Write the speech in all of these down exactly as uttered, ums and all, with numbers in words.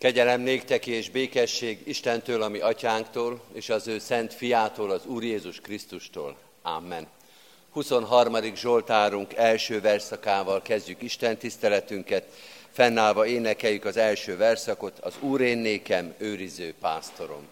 Kegyelem néktek és békesség Istentől, a mi atyánktól, és az ő szent fiától, az Úr Jézus Krisztustól. Amen. huszonharmadik Zsoltárunk első verszakával kezdjük Isten tiszteletünket. Fennállva énekeljük az első verszakot, az Úr én nékem, őriző pásztorom.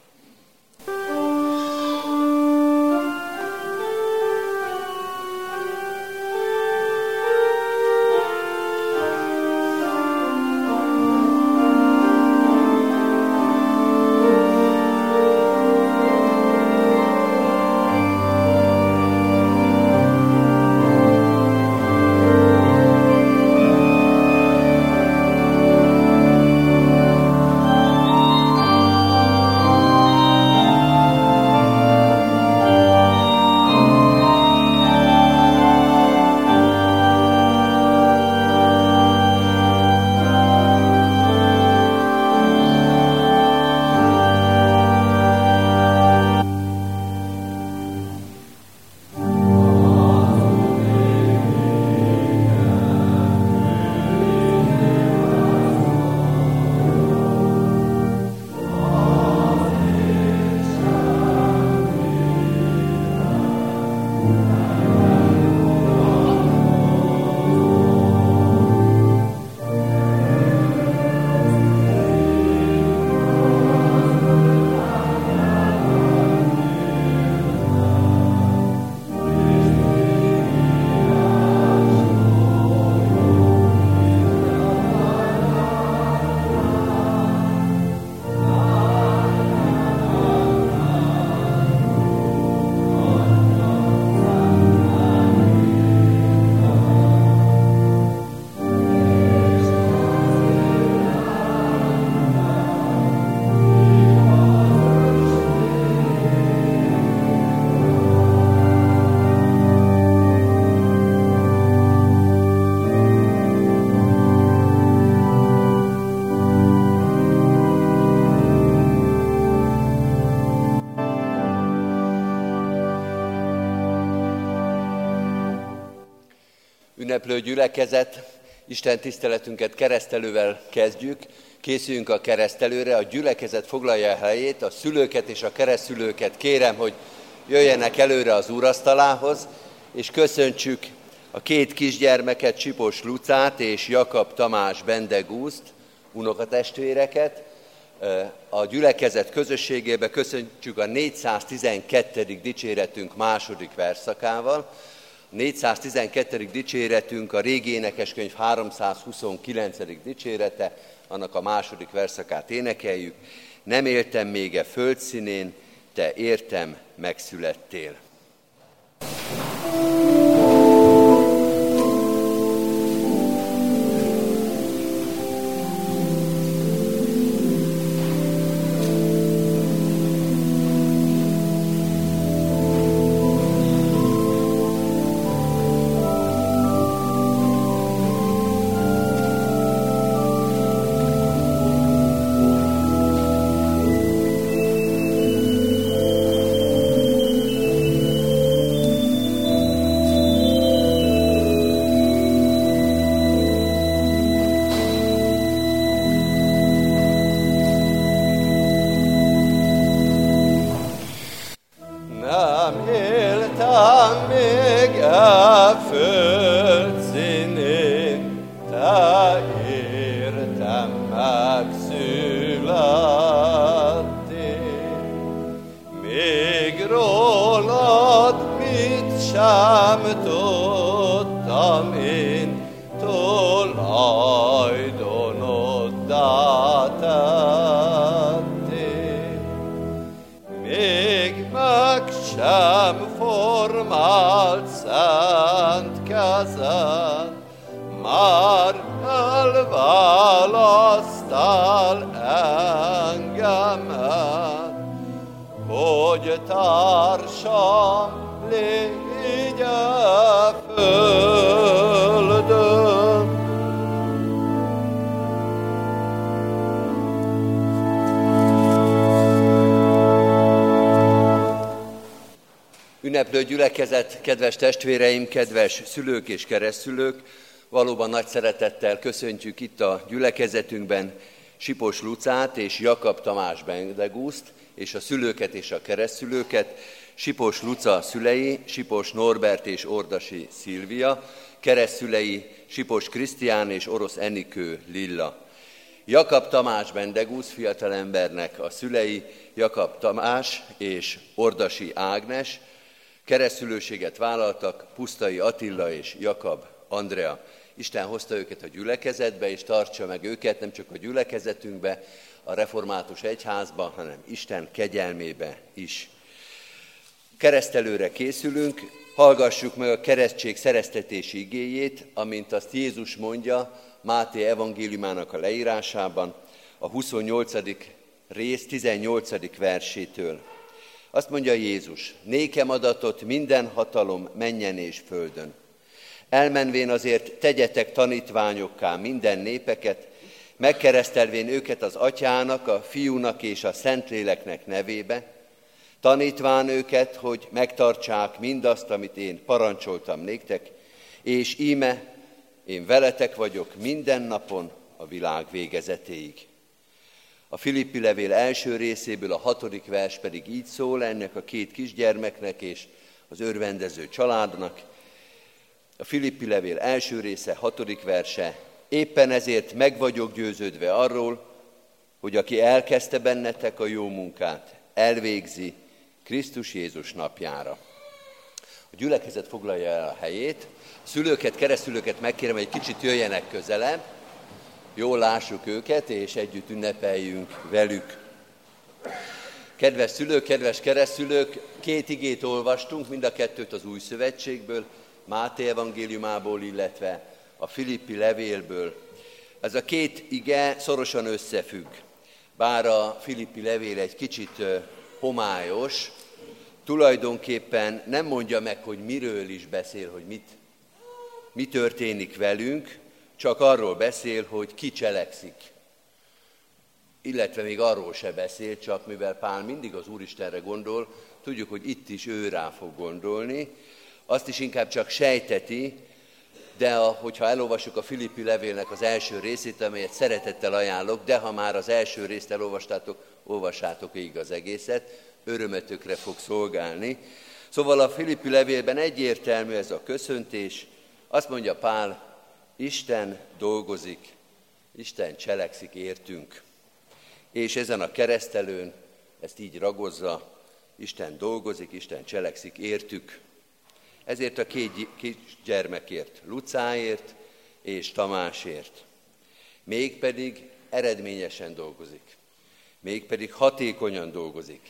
Ünneplő gyülekezet, Isten tiszteletünket keresztelővel kezdjük. Készüljünk a keresztelőre, a gyülekezet foglalja a helyét, a szülőket és a keresztszülőket kérem, hogy jöjjenek előre az úrasztalához, és köszöntsük a két kisgyermeket, Csipos Lucát és Jakab Tamás Bendegúzt, unokatestvéreket. A gyülekezet közösségébe köszöntjük a négyszáztizenkettedik dicséretünk második verszakával. négyszáztizenkettedik dicséretünk a régi énekeskönyv háromszázhuszonkilencedik dicsérete, annak a második verszakát énekeljük. Nem éltem még e földszínén, te értem megszülettél. Ünneplő gyülekezet, kedves testvéreim, kedves szülők és keresztszülők, valóban nagy szeretettel köszöntjük itt a gyülekezetünkben Sipos Lucát és Jakab Tamás Bendegúzt, és a szülőket és a keresztszülőket, Sipos Luca szülei, Sipos Norbert és Ordasi Szilvia, keresztszülei Sipos Krisztián és Orosz Enikő Lilla. Jakab Tamás Bendegúz fiatalembernek a szülei, Jakab Tamás és Ordasi Ágnes, keresztszülőséget vállaltak Pusztai Attila és Jakab Andrea. Isten hozta őket a gyülekezetbe, és tartsa meg őket nem csak a gyülekezetünkbe, a református egyházba, hanem Isten kegyelmébe is. Keresztelőre készülünk, hallgassuk meg a keresztség szereztetési igéjét, amint azt Jézus mondja Máté evangéliumának a leírásában, a huszonnyolcadik rész tizennyolcadik versétől. Azt mondja Jézus: nékem adatott minden hatalom mennyen és földön. Elmenvén azért tegyetek tanítványokká minden népeket, megkeresztelvén őket az Atyának, a Fiúnak és a Szentléleknek nevébe, tanítván őket, hogy megtartsák mindazt, amit én parancsoltam néktek, és íme, én veletek vagyok minden napon a világ végezetéig. A Filippi levél első részéből a hatodik vers pedig így szól ennek a két kisgyermeknek és az örvendező családnak. A Filippi levél első része, hatodik verse: éppen ezért meg vagyok győződve arról, hogy aki elkezdte bennetek a jó munkát, elvégzi Krisztus Jézus napjára. A gyülekezet foglalja el a helyét. A szülőket, keresztülőket megkérem, hogy egy kicsit jöjjenek közelebb, jól lássuk őket, és együtt ünnepeljünk velük. Kedves szülők, kedves keresztülők, két igét olvastunk, mind a kettőt az Új Szövetségből, Máté evangéliumából, illetve a Filippi levélből. Ez a két ige szorosan összefügg. Bár a Filippi levél egy kicsit homályos, tulajdonképpen nem mondja meg, hogy miről is beszél, hogy mit, mi történik velünk, csak arról beszél, hogy ki cselekszik. Illetve még arról se beszél, csak mivel Pál mindig az Úristenre gondol, tudjuk, hogy itt is ő rá fog gondolni, azt is inkább csak sejteti, de a, hogyha elolvassuk a Filippi levélnek az első részét, amelyet szeretettel ajánlok, de ha már az első részt elolvastátok, olvassátok végig az egészet, örömetükre fog szolgálni. Szóval a Filippi levélben egyértelmű ez a köszöntés. Azt mondja Pál: Isten dolgozik, Isten cselekszik értünk. És ezen a keresztelőn ezt így ragozza: Isten dolgozik, Isten cselekszik értük. Ezért a két kis gyermekért, Lucáért és Tamásért. Mégpedig eredményesen dolgozik. Mégpedig hatékonyan dolgozik.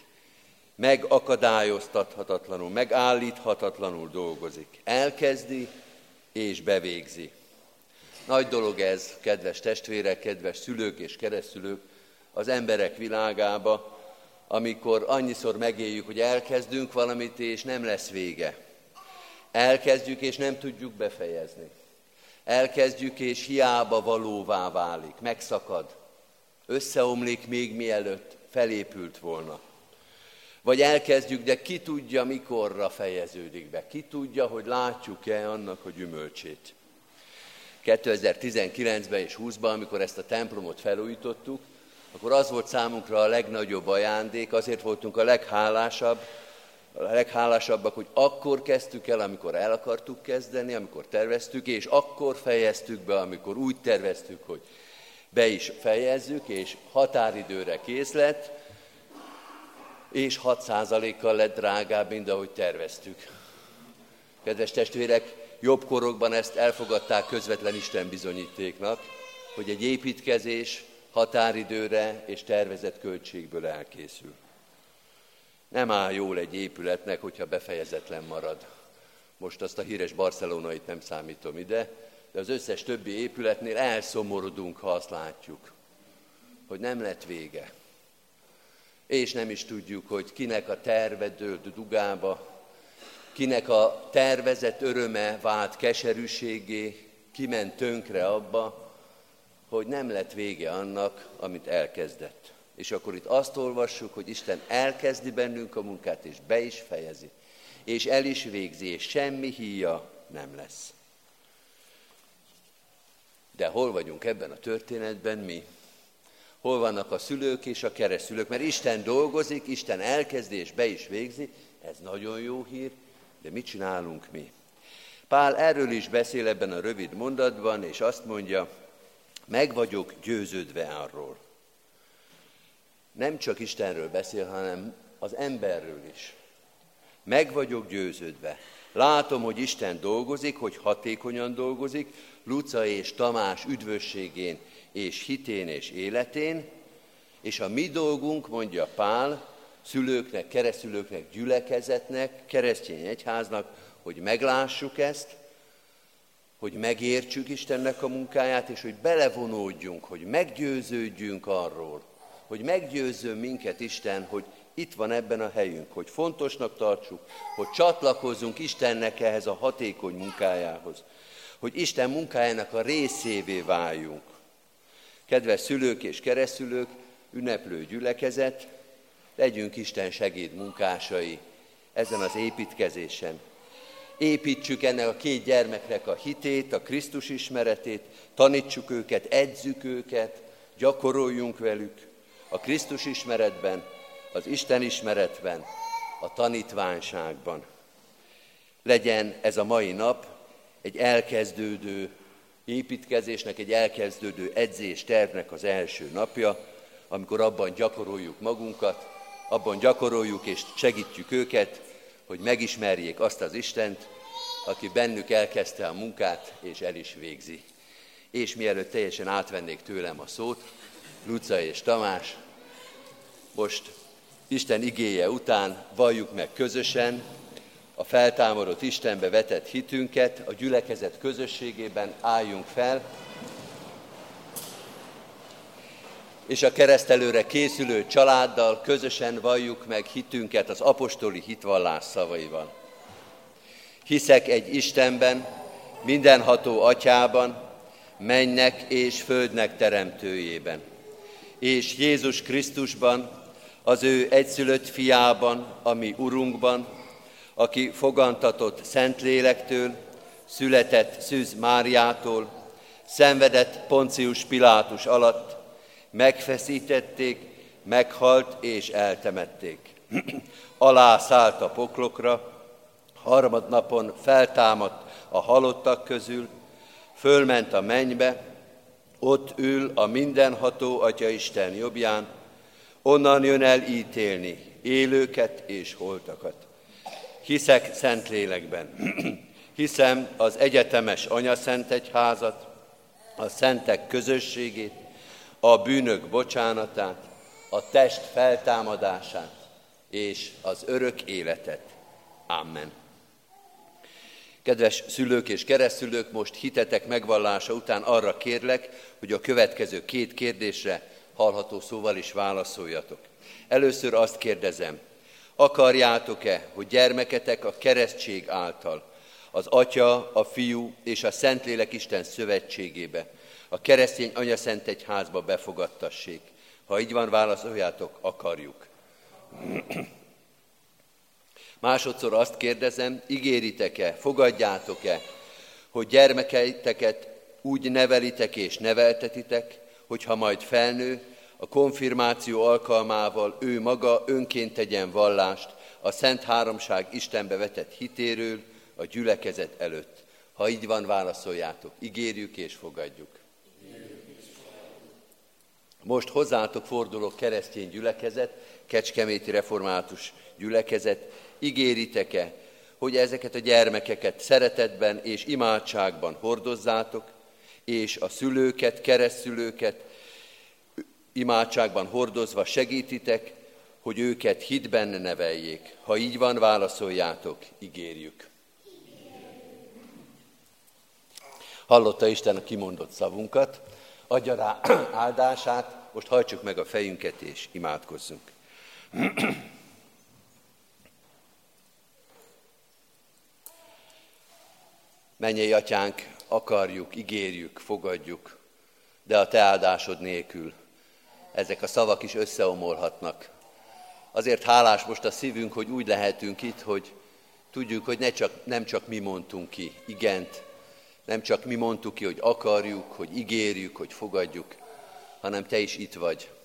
Megakadályoztathatatlanul, megállíthatatlanul dolgozik. Elkezdi és bevégzi. Nagy dolog ez, kedves testvérek, kedves szülők és keresztszülők, az emberek világába, amikor annyiszor megéljük, hogy elkezdünk valamit, és nem lesz vége. Elkezdjük, és nem tudjuk befejezni. Elkezdjük, és hiába valóvá válik, megszakad, összeomlik még mielőtt felépült volna. Vagy elkezdjük, de ki tudja, mikorra fejeződik be. Ki tudja, hogy látjuk-e annak a gyümölcsét. kétezer-tizenkilencben és húszban, amikor ezt a templomot felújítottuk, akkor az volt számunkra a legnagyobb ajándék, azért voltunk a leghálásabb, a leghálásabbak, hogy akkor kezdtük el, amikor el akartuk kezdeni, amikor terveztük, és akkor fejeztük be, amikor úgy terveztük, hogy be is fejezzük, és határidőre kész lett, és hat százalékkal lett drágább, mint ahogy terveztük. Kedves testvérek, jobb korokban ezt elfogadták közvetlen Isten bizonyítéknak, hogy egy építkezés határidőre és tervezett költségből elkészül. Nem áll jól egy épületnek, hogyha befejezetlen marad. Most azt a híres barcelonait nem számítom ide, de az összes többi épületnél elszomorodunk, ha azt látjuk, hogy nem lett vége. És nem is tudjuk, hogy kinek a terve dőlt dugába, kinek a tervezett öröme vált keserűségé, ki ment tönkre abba, hogy nem lett vége annak, amit elkezdett. És akkor itt azt olvassuk, hogy Isten elkezdi bennünk a munkát, és be is fejezi, és el is végzi, és semmi híja nem lesz. De hol vagyunk ebben a történetben mi? hol vannak a szülők és a keresztszülők, mert Isten dolgozik, Isten elkezdi és be is végzi, ez nagyon jó hír, de mit csinálunk mi? Pál erről is beszél ebben a rövid mondatban, és azt mondja, meg vagyok győződve arról. Nem csak Istenről beszél, hanem az emberről is. Meg vagyok győződve. Látom, hogy Isten dolgozik, hogy hatékonyan dolgozik, Luca és Tamás üdvösségén és hitén és életén, és a mi dolgunk, mondja Pál, szülőknek, keresztszülőknek, gyülekezetnek, keresztény egyháznak, hogy meglássuk ezt, hogy megértsük Istennek a munkáját, és hogy belevonódjunk, hogy meggyőződjünk arról, hogy meggyőzzön minket Isten, hogy itt van ebben a helyünk, hogy fontosnak tartsuk, hogy csatlakozzunk Istennek ehhez a hatékony munkájához, hogy Isten munkájának a részévé váljunk. Kedves szülők és keresztszülők, ünneplő gyülekezet, legyünk Isten segédmunkásai ezen az építkezésen. Építsük ennek a két gyermeknek a hitét, a Krisztus ismeretét, tanítsuk őket, edzük őket, gyakoroljunk velük a Krisztus ismeretben, az Isten ismeretben, a tanítványságban. Legyen ez a mai nap egy elkezdődő építkezésnek, egy elkezdődő edzés tervnek az első napja, amikor abban gyakoroljuk magunkat, abban gyakoroljuk és segítjük őket, hogy megismerjék azt az Istent, aki bennük elkezdte a munkát, és el is végzi. És mielőtt teljesen átvennék tőlem a szót, Luca és Tamás, most Isten igéje után valljuk meg közösen a feltámadott Istenbe vetett hitünket, a gyülekezet közösségében álljunk fel, és a keresztelőre készülő családdal közösen valljuk meg hitünket az apostoli hitvallás szavaival. Hiszek egy Istenben, mindenható Atyában, mennynek és földnek teremtőjében, és Jézus Krisztusban, az ő egyszülött fiában, a mi Urunkban, aki fogantatott Szentlélektől, született Szűz Máriától, szenvedett Poncius Pilátus alatt, megfeszítették, meghalt és eltemették. Alá szállt a poklokra, harmadnapon feltámadt a halottak közül, fölment a mennybe, ott ül a mindenható Atya Isten jobbján, onnan jön el ítélni élőket és holtakat. Hiszek Szentlélekben, hiszem az egyetemes anyaszentegyházat, a szentek közösségét, a bűnök bocsánatát, a test feltámadását és az örök életet. Amen. Kedves szülők és keresztszülők, most hitetek megvallása után arra kérlek, hogy a következő két kérdésre hallható szóval is válaszoljatok. Először azt kérdezem, akarjátok-e, hogy gyermeketek a keresztség által az Atya, a Fiú és a Szentlélek Isten szövetségébe, a keresztény anyaszentegyházba befogadtassék? Ha így van, válaszoljátok, akarjuk. Másodszor azt kérdezem, ígéritek-e, fogadjátok-e, hogy gyermekeiteket úgy nevelitek és neveltetitek, hogyha majd felnő, a konfirmáció alkalmával ő maga önként tegyen vallást a Szent Háromság Istenbe vetett hitéről a gyülekezet előtt. Ha így van, válaszoljátok, ígérjük és fogadjuk. Most hozzátok fordulok, keresztény gyülekezet, kecskeméti református gyülekezet, ígéritek-e, hogy ezeket a gyermekeket szeretetben és imádságban hordozzátok, és a szülőket, keresztszülőket imádságban hordozva segítitek, hogy őket hitben neveljék. Ha így van, válaszoljátok, ígérjük. Hallotta Isten a kimondott szavunkat, adja rá áldását, most hajtsuk meg a fejünket és imádkozzunk. Mennyei Atyánk, akarjuk, ígérjük, fogadjuk, de a Te áldásod nélkül ezek a szavak is összeomolhatnak. Azért hálás most a szívünk, hogy úgy lehetünk itt, hogy tudjuk, hogy ne csak, nem csak mi mondtunk ki igent, nem csak mi mondtuk ki, hogy akarjuk, hogy ígérjük, hogy fogadjuk, hanem Te is itt vagy.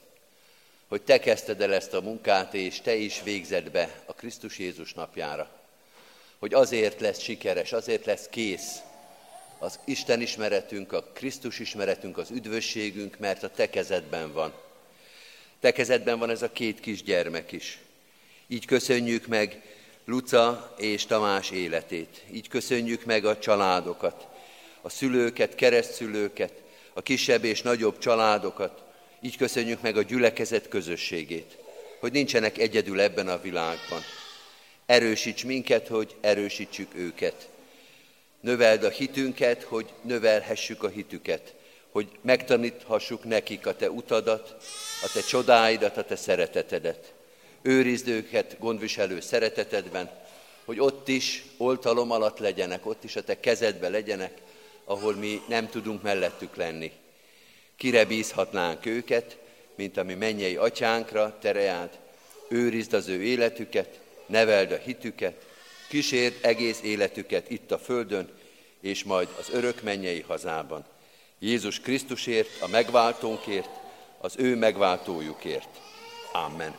hogy te kezdted el ezt a munkát, és te is végzed be a Krisztus Jézus napjára. Hogy azért lesz sikeres, azért lesz kész az Isten ismeretünk, a Krisztus ismeretünk, az üdvösségünk, mert a te kezedben van. Te kezedben van ez a két kisgyermek is. Így köszönjük meg Luca és Tamás életét. Így köszönjük meg a családokat, a szülőket, keresztszülőket, a kisebb és nagyobb családokat. Így köszönjük meg a gyülekezet közösségét, hogy nincsenek egyedül ebben a világban. Erősíts minket, hogy erősítsük őket. Növeld a hitünket, hogy növelhessük a hitüket, hogy megtaníthassuk nekik a te utadat, a te csodáidat, a te szeretetedet. Őrizd őket gondviselő szeretetedben, hogy ott is oltalom alatt legyenek, ott is a te kezedben legyenek, ahol mi nem tudunk mellettük lenni. Kire bízhatnánk őket, mint a mi mennyei atyánkra, tereád, őrizd az ő életüket, neveld a hitüket, kísérd egész életüket itt a földön, és majd az örök mennyei hazában. Jézus Krisztusért, a megváltónkért, az ő megváltójukért. Amen.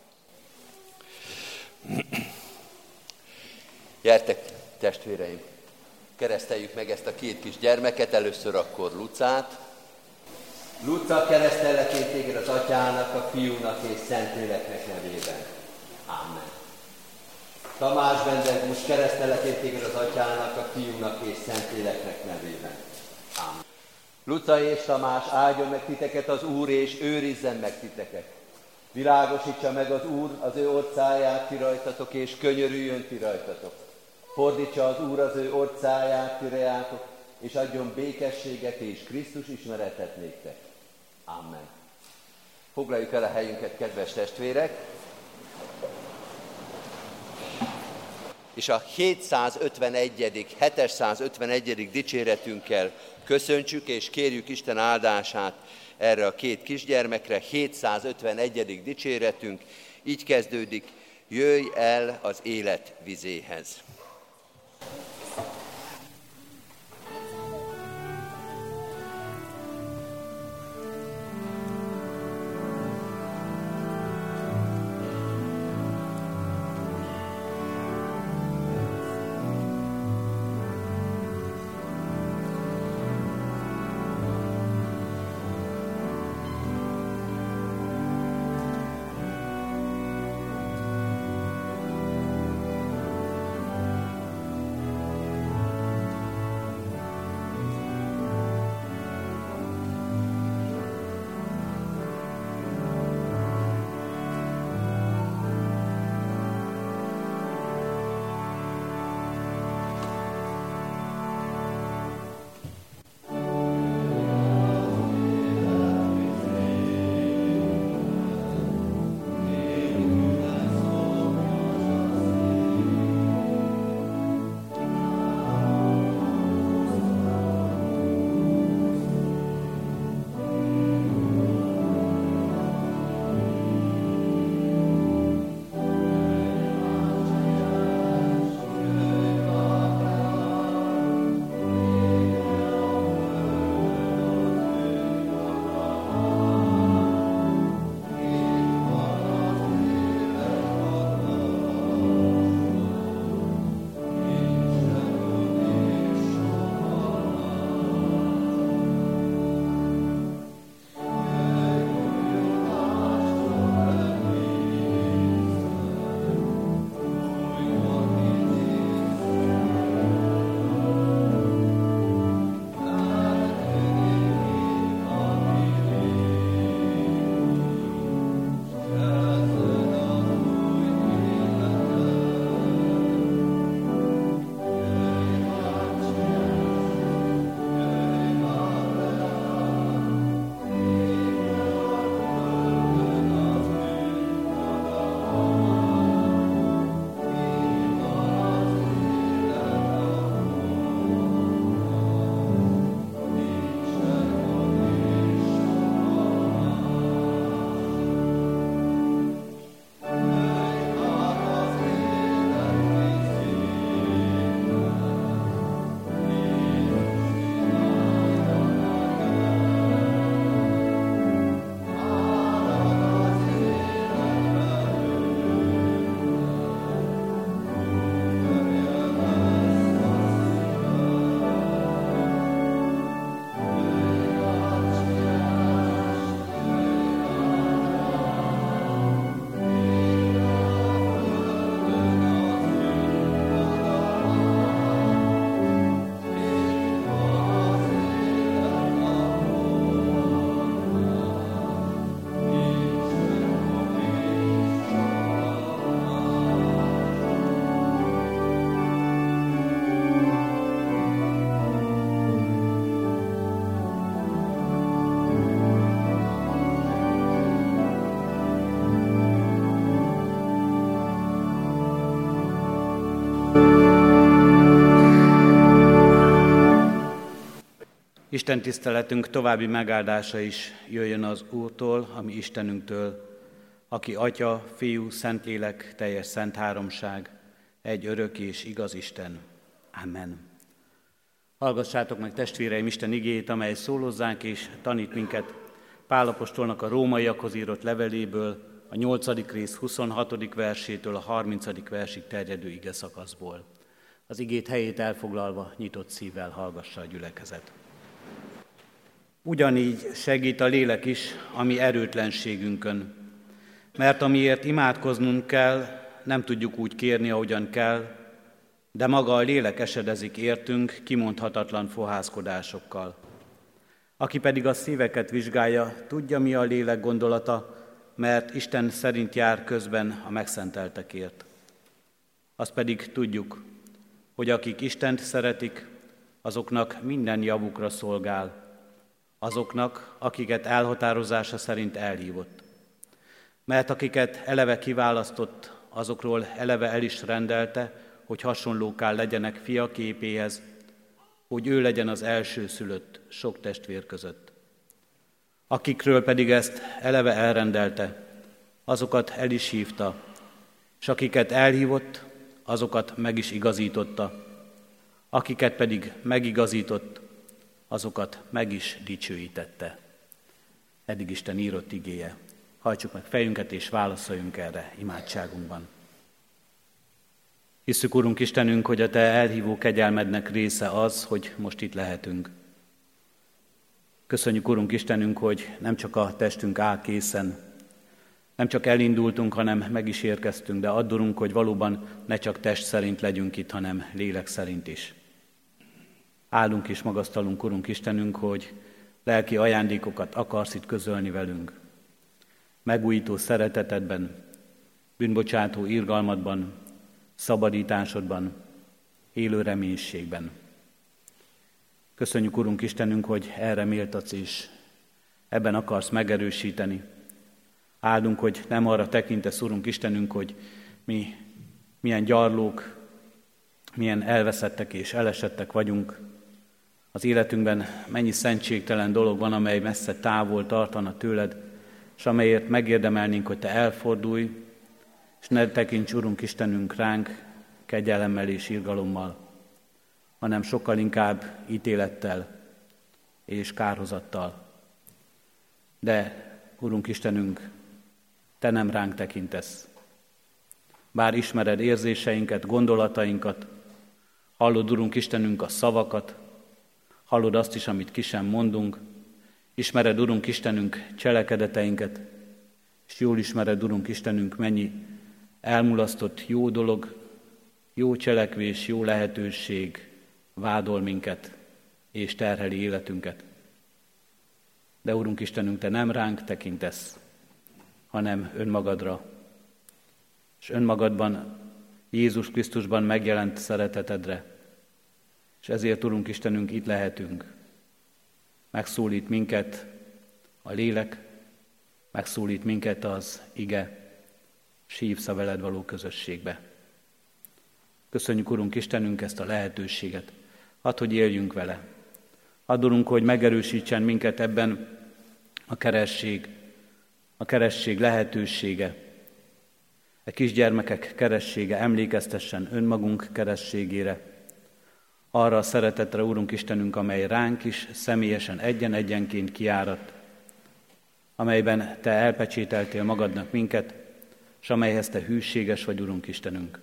Gyertek, testvéreim, kereszteljük meg ezt a két kis gyermeket, először akkor Lucát. Luca, keresztellek én téged az Atyának, a Fiúnak és Szentléleknek nevében. Amen. Tamás Benedek, keresztellek én téged az Atyának, a Fiúnak és Szentléleknek nevében. Amen. Luca és Tamás, áldjon meg titeket az Úr, és őrizzen meg titeket. Világosítsa meg az Úr az ő orcáját ti rajtatok, és könyörüljön ti rajtatok. Fordítsa az Úr az ő orcáját ti reátok, és adjon békességet és Krisztus ismeretet néktek. Amen. Foglaljuk el a helyünket, kedves testvérek, és a hétszázötvenegyedik hetszázötvenegyedik dicséretünkkel köszöntsük és kérjük Isten áldását erre a két kisgyermekre. hétszázötvenegyedik dicséretünk így kezdődik: jöjj el az élet vizéhez. Isten tiszteletünk további megáldása is jöjjön az Úrtól, ami Istenünktől, aki Atya, Fiú, Szentlélek, teljes szent háromság, egy örök és igaz Isten. Amen. Hallgassátok meg, testvéreim, Isten igéjét, amely szól hozzánk és tanít minket Pál apostolnak a rómaiakhoz írott leveléből, a nyolcadik rész huszonhatodik versétől a harmincadik versig terjedő ige szakaszból. Az igét helyét elfoglalva, nyitott szívvel hallgassa a gyülekezet. Ugyanígy segít a lélek is a mi erőtlenségünkön, mert amiért imádkoznunk kell, nem tudjuk úgy kérni, ahogyan kell, de maga a lélek esedezik értünk kimondhatatlan fohászkodásokkal. Aki pedig a szíveket vizsgálja, tudja, mi a lélek gondolata, mert Isten szerint jár közben a megszenteltekért. Azt pedig tudjuk, hogy akik Istent szeretik, azoknak minden javukra szolgál, azoknak, akiket elhatározása szerint elhívott. Mert akiket eleve kiválasztott, azokról eleve el is rendelte, hogy hasonlókká legyenek fia képéhez, hogy ő legyen az elsőszülött sok testvér között. Akikről pedig ezt eleve elrendelte, azokat el is hívta, és akiket elhívott, azokat meg is igazította, akiket pedig megigazított, azokat meg is dicsőítette. Eddig Isten írott igéje. Hajtsuk meg fejünket és válaszoljunk erre imádságunkban. Hisszük, Urunk Istenünk, hogy a Te elhívó kegyelmednek része az, hogy most itt lehetünk. Köszönjük, Urunk Istenünk, hogy nem csak a testünk áll készen, nem csak elindultunk, hanem meg is érkeztünk, de add, Urunk, hogy valóban ne csak test szerint legyünk itt, hanem lélek szerint is. Állunk és magasztalunk, Urunk Istenünk, hogy lelki ajándékokat akarsz itt közölni velünk. Megújító szeretetedben, bűnbocsátó irgalmadban, szabadításodban, élő reménységben. Köszönjük, Urunk Istenünk, hogy erre méltatsz és ebben akarsz megerősíteni. Áldunk, hogy nem arra tekintesz, Urunk Istenünk, hogy mi milyen gyarlók, milyen elveszettek és elesettek vagyunk. Az életünkben mennyi szentségtelen dolog van, amely messze távol tartana tőled, és amelyért megérdemelnénk, hogy Te elfordulj, és ne tekints, Urunk Istenünk, ránk kegyelemmel és irgalommal, hanem sokkal inkább ítélettel és kárhozattal. De, Urunk Istenünk, Te nem ránk tekintesz. Bár ismered érzéseinket, gondolatainkat, hallod, Urunk Istenünk, a szavakat, hallod azt is, amit ki sem mondunk, ismered, Urunk Istenünk, cselekedeteinket, és jól ismered, Urunk Istenünk, mennyi elmulasztott jó dolog, jó cselekvés, jó lehetőség vádol minket és terheli életünket. De, Urunk Istenünk, Te nem ránk tekintesz, hanem önmagadra, és önmagadban, Jézus Krisztusban megjelent szeretetedre. És ezért, Urunk Istenünk, itt lehetünk. Megszólít minket a lélek, megszólít minket az ige, s hívsz a veled való közösségbe. Köszönjük, Urunk Istenünk, ezt a lehetőséget. Add, hogy éljünk vele. Add, Urunk, hogy megerősítsen minket ebben a keresség, a keresség lehetősége, a kisgyermekek keressége, emlékeztessen önmagunk kerességére, arra a szeretetre, Urunk Istenünk, amely ránk is személyesen egyen-egyenként kiáradt, amelyben Te elpecsételtél magadnak minket, és amelyhez Te hűséges vagy, Urunk Istenünk.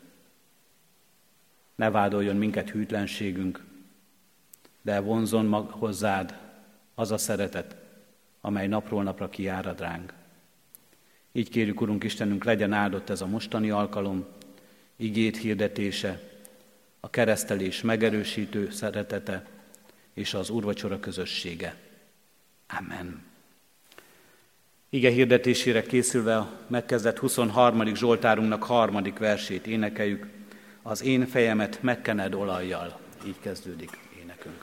Ne vádoljon minket hűtlenségünk, de vonzon hozzád az a szeretet, amely napról napra kiárad ránk. Így kérjük, Urunk Istenünk, legyen áldott ez a mostani alkalom, igét hirdetése, a keresztelés megerősítő szeretete és az úrvacsora közössége. Amen. Ige hirdetésére készülve a megkezdett huszonharmadik Zsoltárunknak harmadik versét énekeljük. Az én fejemet megkened olajjal. Így kezdődik énekünk.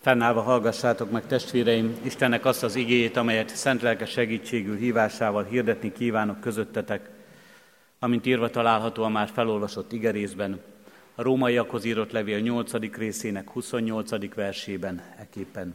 Fennállva hallgassátok meg, testvéreim, Istennek azt az igéjét, amelyet szent lelke segítségül hívásával hirdetni kívánok közöttetek, amint írva található a már felolvasott igerészben, a Rómaiakhoz írott levél nyolcadik részének huszonnyolcadik versében eképpen.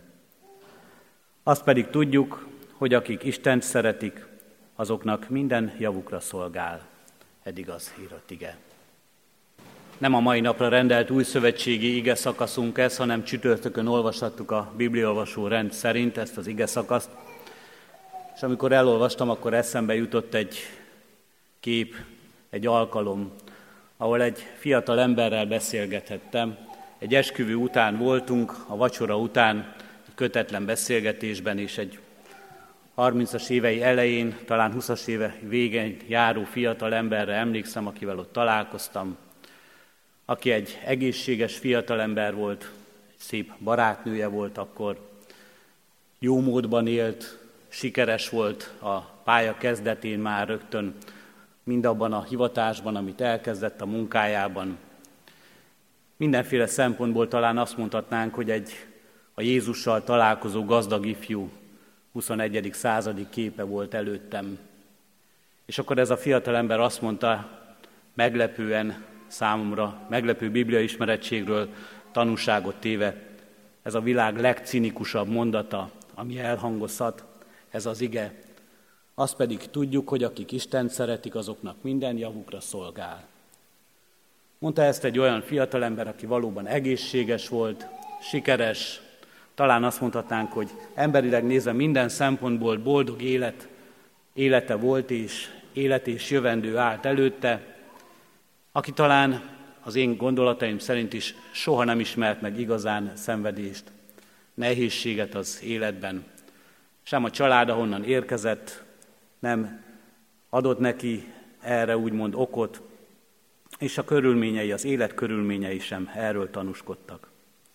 Azt pedig tudjuk, hogy akik Istent szeretik, azoknak minden javukra szolgál. Eddig az írott ige. Nem a mai napra rendelt újszövetségi ige szakaszunk ez, hanem csütörtökön olvashattuk a bibliaolvasó rend szerint ezt az ige szakaszt. És amikor elolvastam, akkor eszembe jutott egy kép, egy alkalom, ahol egy fiatal emberrel beszélgethettem. Egy esküvő után voltunk, a vacsora után, egy kötetlen beszélgetésben, és egy harmincas évei elején, talán huszas éve végén járó fiatal emberre emlékszem, akivel ott találkoztam, aki egy egészséges fiatalember volt, egy szép barátnője volt akkor, jó módban élt, sikeres volt a pálya kezdetén már rögtön, mindabban a hivatásban, amit elkezdett a munkájában. Mindenféle szempontból talán azt mondhatnánk, hogy egy a Jézussal találkozó gazdag ifjú huszonegyedik századi képe volt előttem. És akkor ez a fiatalember azt mondta, meglepően számomra, meglepő bibliai ismerettségről tanúságot téve, ez a világ legcinikusabb mondata, ami elhangozhat, ez az ige. Azt pedig tudjuk, hogy akik Istent szeretik, azoknak minden javukra szolgál. Mondta ezt egy olyan fiatalember, aki valóban egészséges volt, sikeres, talán azt mondhatnánk, hogy emberileg nézve minden szempontból boldog élet, élete volt, és élet és jövendő állt előtte, aki talán az én gondolataim szerint is soha nem ismert meg igazán szenvedést, nehézséget az életben. Sem a család, ahonnan érkezett, nem adott neki erre úgymond okot, és a körülményei, az élet körülményei sem erről tanúskodtak.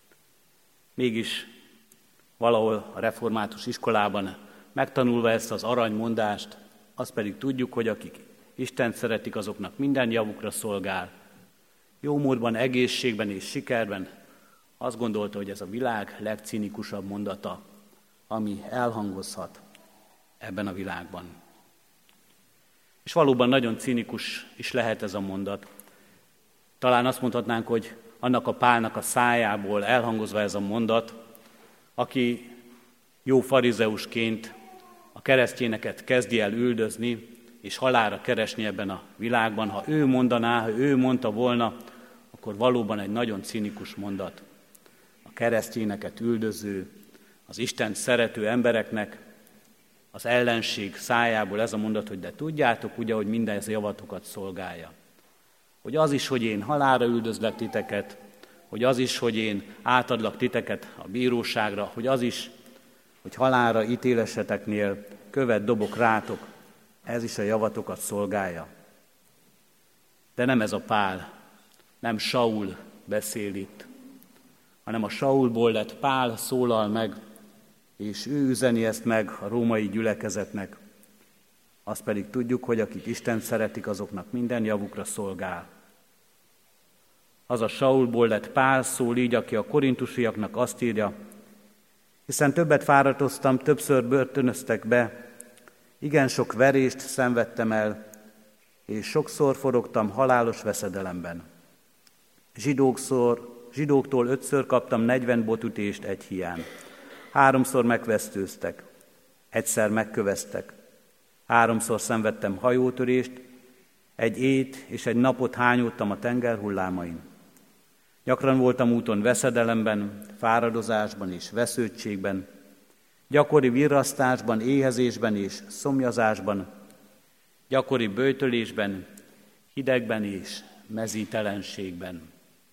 Mégis valahol a református iskolában megtanulva ezt az aranymondást, azt pedig tudjuk, hogy akik Istent szeretik, azoknak minden javukra szolgál. Jó módban, egészségben és sikerben azt gondolta, hogy ez a világ legcinikusabb mondata, ami elhangozhat ebben a világban. És valóban nagyon cinikus is lehet ez a mondat. Talán azt mondhatnánk, hogy annak a Pálnak a szájából elhangozva ez a mondat, aki jó farizeusként a keresztényeket kezdi el üldözni, és halálra keresni ebben a világban. Ha ő mondaná, ha ő mondta volna, akkor valóban egy nagyon cinikus mondat. A keresztényeket üldöző, az Istent szerető embereknek az ellenség szájából ez a mondat, hogy de tudjátok ugye, hogy minden ez javatokat szolgálja. Hogy az is, hogy én halálra üldözlek titeket, hogy az is, hogy én átadlak titeket a bíróságra, hogy az is, hogy halálra ítéleseteknél követ dobok rátok, ez is a javatokat szolgálja. De nem ez a Pál, nem Saul beszél itt, hanem a Saulból lett Pál szólal meg, és ő üzeni ezt meg a római gyülekezetnek. Azt pedig tudjuk, hogy akik Istent szeretik, azoknak minden javukra szolgál. Az a Saulból lett Pál szól így, aki a korintusiaknak azt írja, hiszen többet fáradoztam, többször börtönöztek be, igen sok verést szenvedtem el, és sokszor forogtam halálos veszedelemben. Zsidókszor, zsidóktól ötször kaptam negyven botütést egy hián. Háromszor megvesztőztek, egyszer megköveztek. Háromszor szenvedtem hajótörést, egy ét és egy napot hányódtam a tenger hullámain. Gyakran voltam úton veszedelemben, fáradozásban és vesződtségben, gyakori virrasztásban, éhezésben és szomjazásban, gyakori böjtölésben, hidegben és mezítelenségben.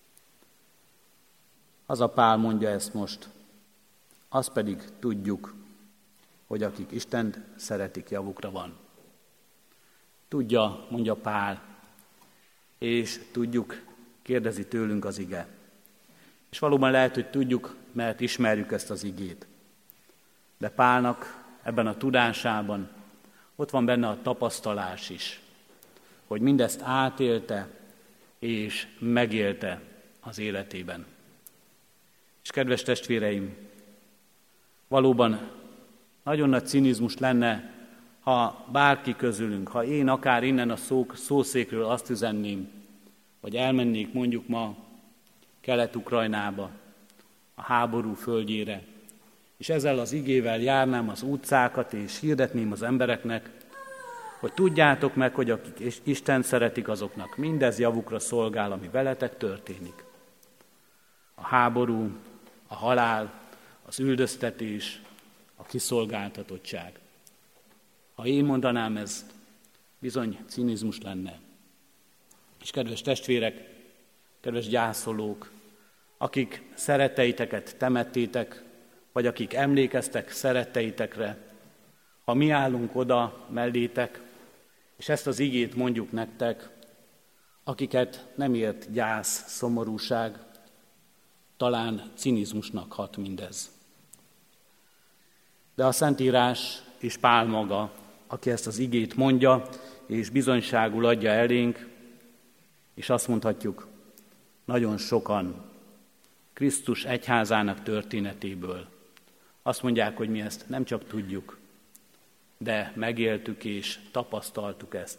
Az a Pál mondja ezt most, azt pedig tudjuk, hogy akik Istent szeretik, javukra van. Tudja, mondja Pál, és tudjuk, kérdezi tőlünk az ige. És valóban lehet, hogy tudjuk, mert ismerjük ezt az igét. De Pálnak ebben a tudásában ott van benne a tapasztalás is, hogy mindezt átélte és megélte az életében. És kedves testvéreim, Valóban nagyon nagy cinizmus lenne, ha bárki közülünk, ha én akár innen a szó, szószékről azt üzenném, vagy elmennék mondjuk ma Kelet-Ukrajnába, a háború földjére, és ezzel az igével járnám az utcákat, és hirdetném az embereknek, hogy tudjátok meg, hogy akik Isten szeretik, azoknak mindez javukra szolgál, ami veletek történik. A háború, a halál, az üldöztetés, a kiszolgáltatottság. Ha én mondanám ezt, bizony cinizmus lenne. És kedves testvérek, kedves gyászolók, akik szeretteiteket temettétek, vagy akik emlékeztek szeretteitekre, ha mi állunk oda mellétek, és ezt az igét mondjuk nektek, akiket nem ért gyász, szomorúság, talán cinizmusnak hat mindez. De a Szentírás és Pál maga, aki ezt az igét mondja, és bizonyságul adja elénk, és azt mondhatjuk, nagyon sokan Krisztus egyházának történetéből azt mondják, hogy mi ezt nem csak tudjuk, de megéltük és tapasztaltuk ezt.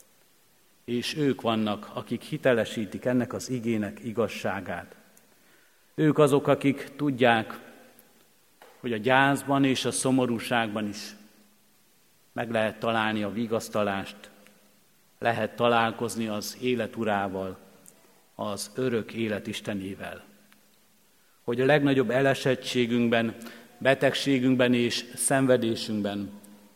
És ők vannak, akik hitelesítik ennek az igének igazságát. Ők azok, akik tudják, hogy a gyászban és a szomorúságban is meg lehet találni a vigasztalást, lehet találkozni az élet urával, az örök élet Istenével. Hogy a legnagyobb elesettségünkben, betegségünkben és szenvedésünkben,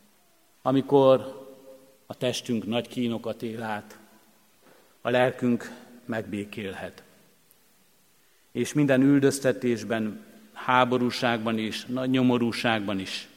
amikor a testünk nagy kínokat él át, a lelkünk megbékélhet. És minden üldöztetésben, háborúságban és nagy nyomorúságban is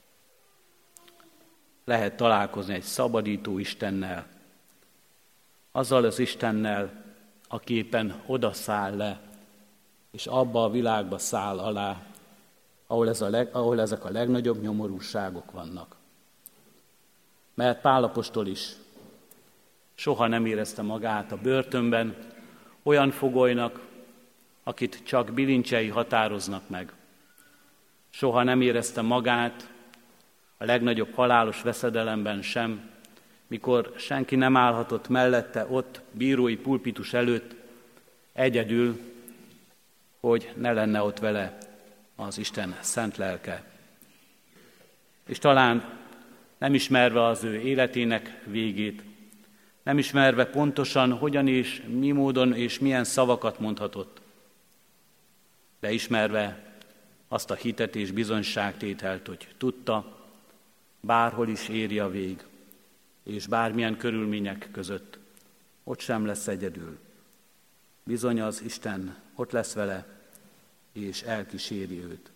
lehet találkozni egy szabadító Istennel, azzal az Istennel, aki éppen oda száll le, és abba a világba száll alá, ahol, ez a leg, ahol ezek a legnagyobb nyomorúságok vannak. Mert Pál apostol is soha nem érezte magát a börtönben olyan fogolynak, akit csak bilincsei határoznak meg. Soha nem érezte magát a legnagyobb halálos veszedelemben sem, mikor senki nem állhatott mellette ott bírói pulpitus előtt egyedül, hogy ne lenne ott vele az Isten szent lelke. És talán nem ismerve az ő életének végét, nem ismerve pontosan, hogyan és mi módon és milyen szavakat mondhatott, de ismerve azt a hitet és bizonyságtételt, hogy tudta, bárhol is éri a vég, és bármilyen körülmények között, ott sem lesz egyedül. Bizony az Isten ott lesz vele, és elkíséri őt.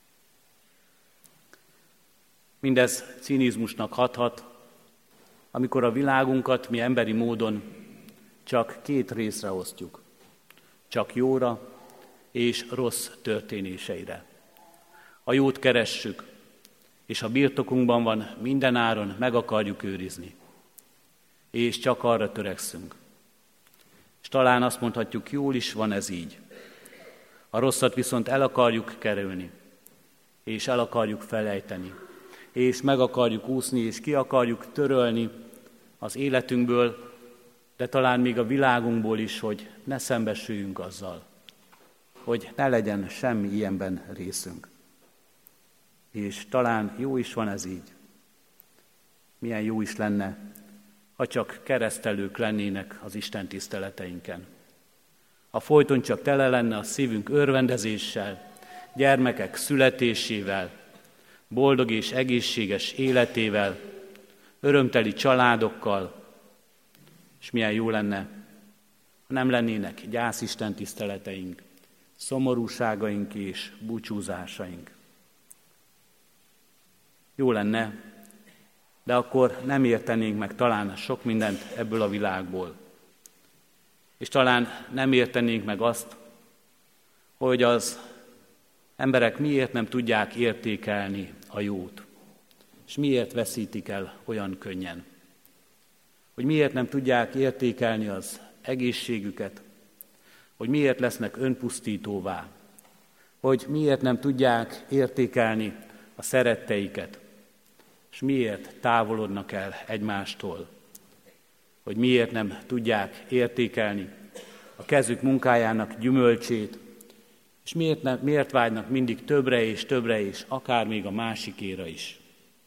Mindez cinizmusnak hathat, amikor a világunkat mi emberi módon csak két részre osztjuk. Csak jóra és rossz történéseire. A jót keressük, és a birtokunkban van, minden áron meg akarjuk őrizni. És csak arra törekszünk. És talán azt mondhatjuk, jól is van ez így. A rosszat viszont el akarjuk kerülni, és el akarjuk felejteni, és meg akarjuk úszni, és ki akarjuk törölni az életünkből, de talán még a világunkból is, hogy ne szembesüljünk azzal, hogy ne legyen semmi ilyenben részünk. És talán jó is van ez így. Milyen jó is lenne, ha csak keresztelők lennének az Isten tiszteleteinken. Ha folyton csak tele lenne a szívünk örvendezéssel, gyermekek születésével, boldog és egészséges életével, örömteli családokkal, és milyen jó lenne, ha nem lennének gyászisten tiszteleteink, szomorúságaink és búcsúzásaink. Jó lenne, de akkor nem értenénk meg talán sok mindent ebből a világból. És talán nem értenénk meg azt, hogy az emberek miért nem tudják értékelni a jót, és miért veszítik el olyan könnyen. Hogy miért nem tudják értékelni az egészségüket, hogy miért lesznek önpusztítóvá, hogy miért nem tudják értékelni a szeretteiket, és miért távolodnak el egymástól, hogy miért nem tudják értékelni a kezük munkájának gyümölcsét, és miért, nem, miért vágynak mindig többre és többre, és akár még a másikéra is.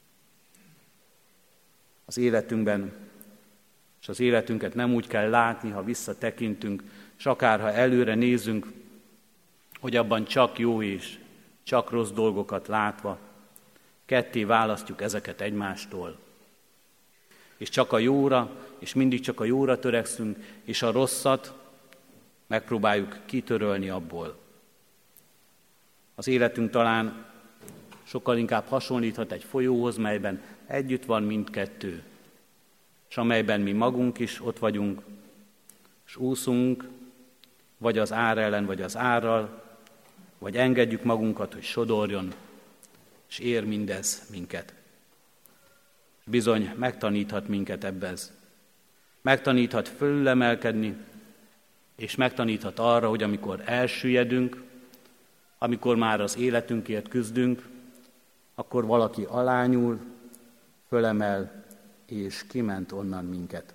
Az életünkben, és az életünket nem úgy kell látni, ha visszatekintünk, és akár ha előre nézünk, hogy abban csak jó és csak rossz dolgokat látva, ketté választjuk ezeket egymástól. És csak a jóra, és mindig csak a jóra törekszünk, és a rosszat megpróbáljuk kitörölni abból. Az életünk talán sokkal inkább hasonlíthat egy folyóhoz, melyben együtt van mindkettő, és amelyben mi magunk is ott vagyunk, és úszunk, vagy az ár ellen, vagy az árral, vagy engedjük magunkat, hogy sodorjon, és ér mindez minket. Bizony megtaníthat minket ebbez. Megtaníthat fölülemelkedni, és megtaníthat arra, hogy amikor elsüllyedünk, amikor már az életünkért küzdünk, akkor valaki alányul, fölemel, és kiment onnan minket.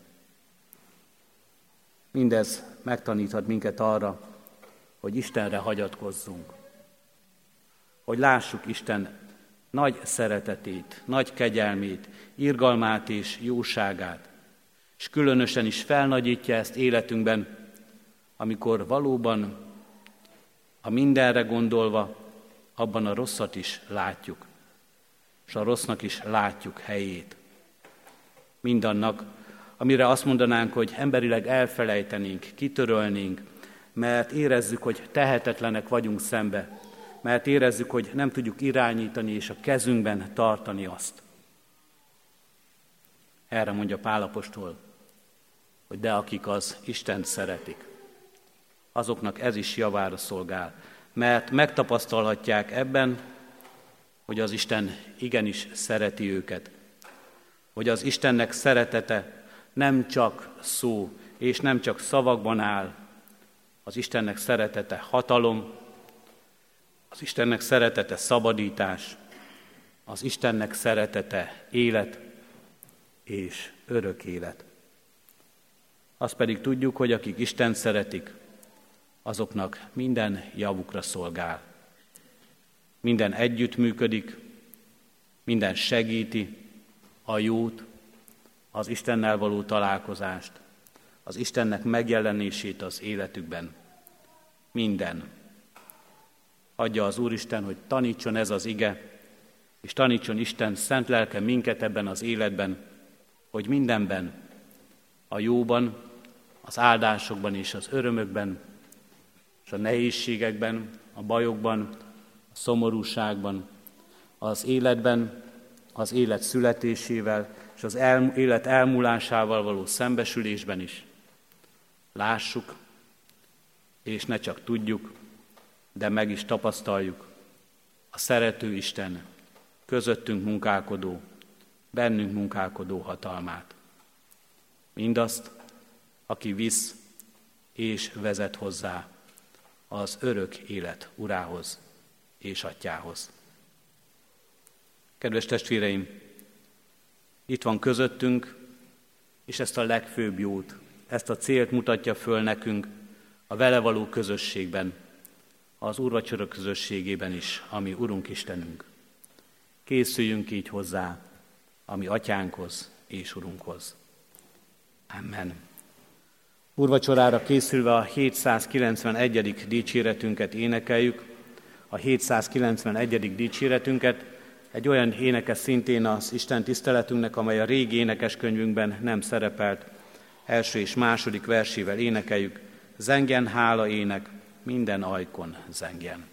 Mindez megtaníthat minket arra, hogy Istenre hagyatkozzunk, hogy lássuk Isten nagy szeretetét, nagy kegyelmét, irgalmát és jóságát, és különösen is felnagyítja ezt életünkben, amikor valóban a mindenre gondolva abban a rosszat is látjuk, és a rossznak is látjuk helyét. Mindannak, amire azt mondanánk, hogy emberileg elfelejtenénk, kitörölnénk, mert érezzük, hogy tehetetlenek vagyunk szembe, mert érezzük, hogy nem tudjuk irányítani és a kezünkben tartani azt. Erre mondja Pál apostol, hogy de akik az Istent szeretik, azoknak ez is javára szolgál, mert megtapasztalhatják ebben, hogy az Isten igenis szereti őket, hogy az Istennek szeretete nem csak szó és nem csak szavakban áll, az Istennek szeretete hatalom, az Istennek szeretete szabadítás, az Istennek szeretete élet és örök élet. Azt pedig tudjuk, hogy akik Istent szeretik, azoknak minden javukra szolgál. Minden együttműködik, minden segíti a jót, az Istennel való találkozást, az Istennek megjelenését az életükben. Minden. Adja az Úristen, hogy tanítson ez az ige, és tanítson Isten szent lelke minket ebben az életben, hogy mindenben, a jóban, az áldásokban és az örömökben, és a nehézségekben, a bajokban, a szomorúságban, az életben, az élet születésével és az el, élet elmúlásával való szembesülésben is lássuk, és ne csak tudjuk, de meg is tapasztaljuk a szerető Isten közöttünk munkálkodó, bennünk munkálkodó hatalmát. Mindazt, aki visz és vezet hozzá az örök élet urához és atyához. Kedves testvéreim, itt van közöttünk, és ezt a legfőbb jót, ezt a célt mutatja föl nekünk a vele való közösségben, az úrvacsora közösségében is, ami Urunk Istenünk. Készüljünk így hozzá, ami atyánkhoz és Urunkhoz. Amen. Úrvacsorára készülve a hétszázkilencvenegyedik dicséretünket énekeljük, a hétszázkilencvenegyedik dicséretünket, egy olyan énekes szintén az Isten tiszteletünknek, amely a régi énekeskönyvünkben nem szerepelt. Első és második versével énekeljük, zengjen hála ének, minden ajkon zengjen.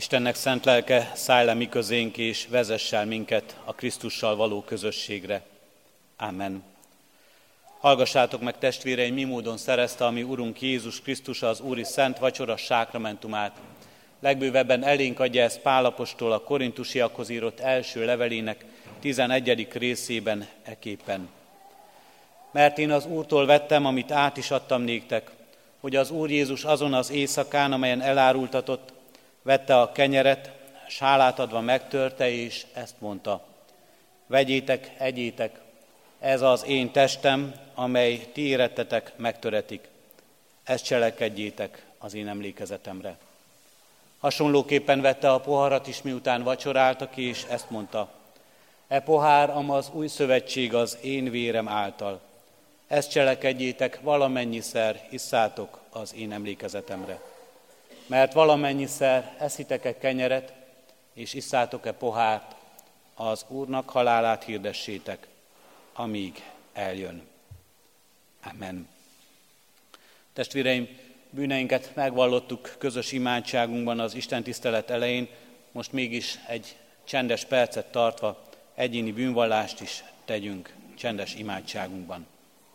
Istennek szent lelke, szállj le mi közénk, és vezess el minket a Krisztussal való közösségre. Amen. Hallgassátok meg, testvéreim, mi módon szerezte a mi Urunk Jézus Krisztus az Úri Szent Vacsora sákramentumát. Legbővebben elénk adja ezt Pál apostol a korintusiakhoz írott első levelének tizenegyedik részében eképpen. Mert én az Úrtól vettem, amit át is adtam néktek, hogy az Úr Jézus azon az éjszakán, amelyen elárultatott, vette a kenyeret, s hálát adva megtörte, és ezt mondta: vegyétek, egyétek, ez az én testem, amely ti érettetek, megtöretik. Ezt cselekedjétek az én emlékezetemre. Hasonlóképpen vette a poharat is, miután vacsoráltak, és ezt mondta: e pohár, ama az új szövetség az én vérem által. Ezt cselekedjétek, valamennyiszer isszátok az én emlékezetemre. Mert valamennyiszer eszitek-e kenyeret, és isszátok-e pohárt, az Úrnak halálát hirdessétek, amíg eljön. Amen. Testvéreim, bűneinket megvallottuk közös imádságunkban az Isten tisztelet elején, most mégis egy csendes percet tartva egyéni bűnvallást is tegyünk csendes imádságunkban.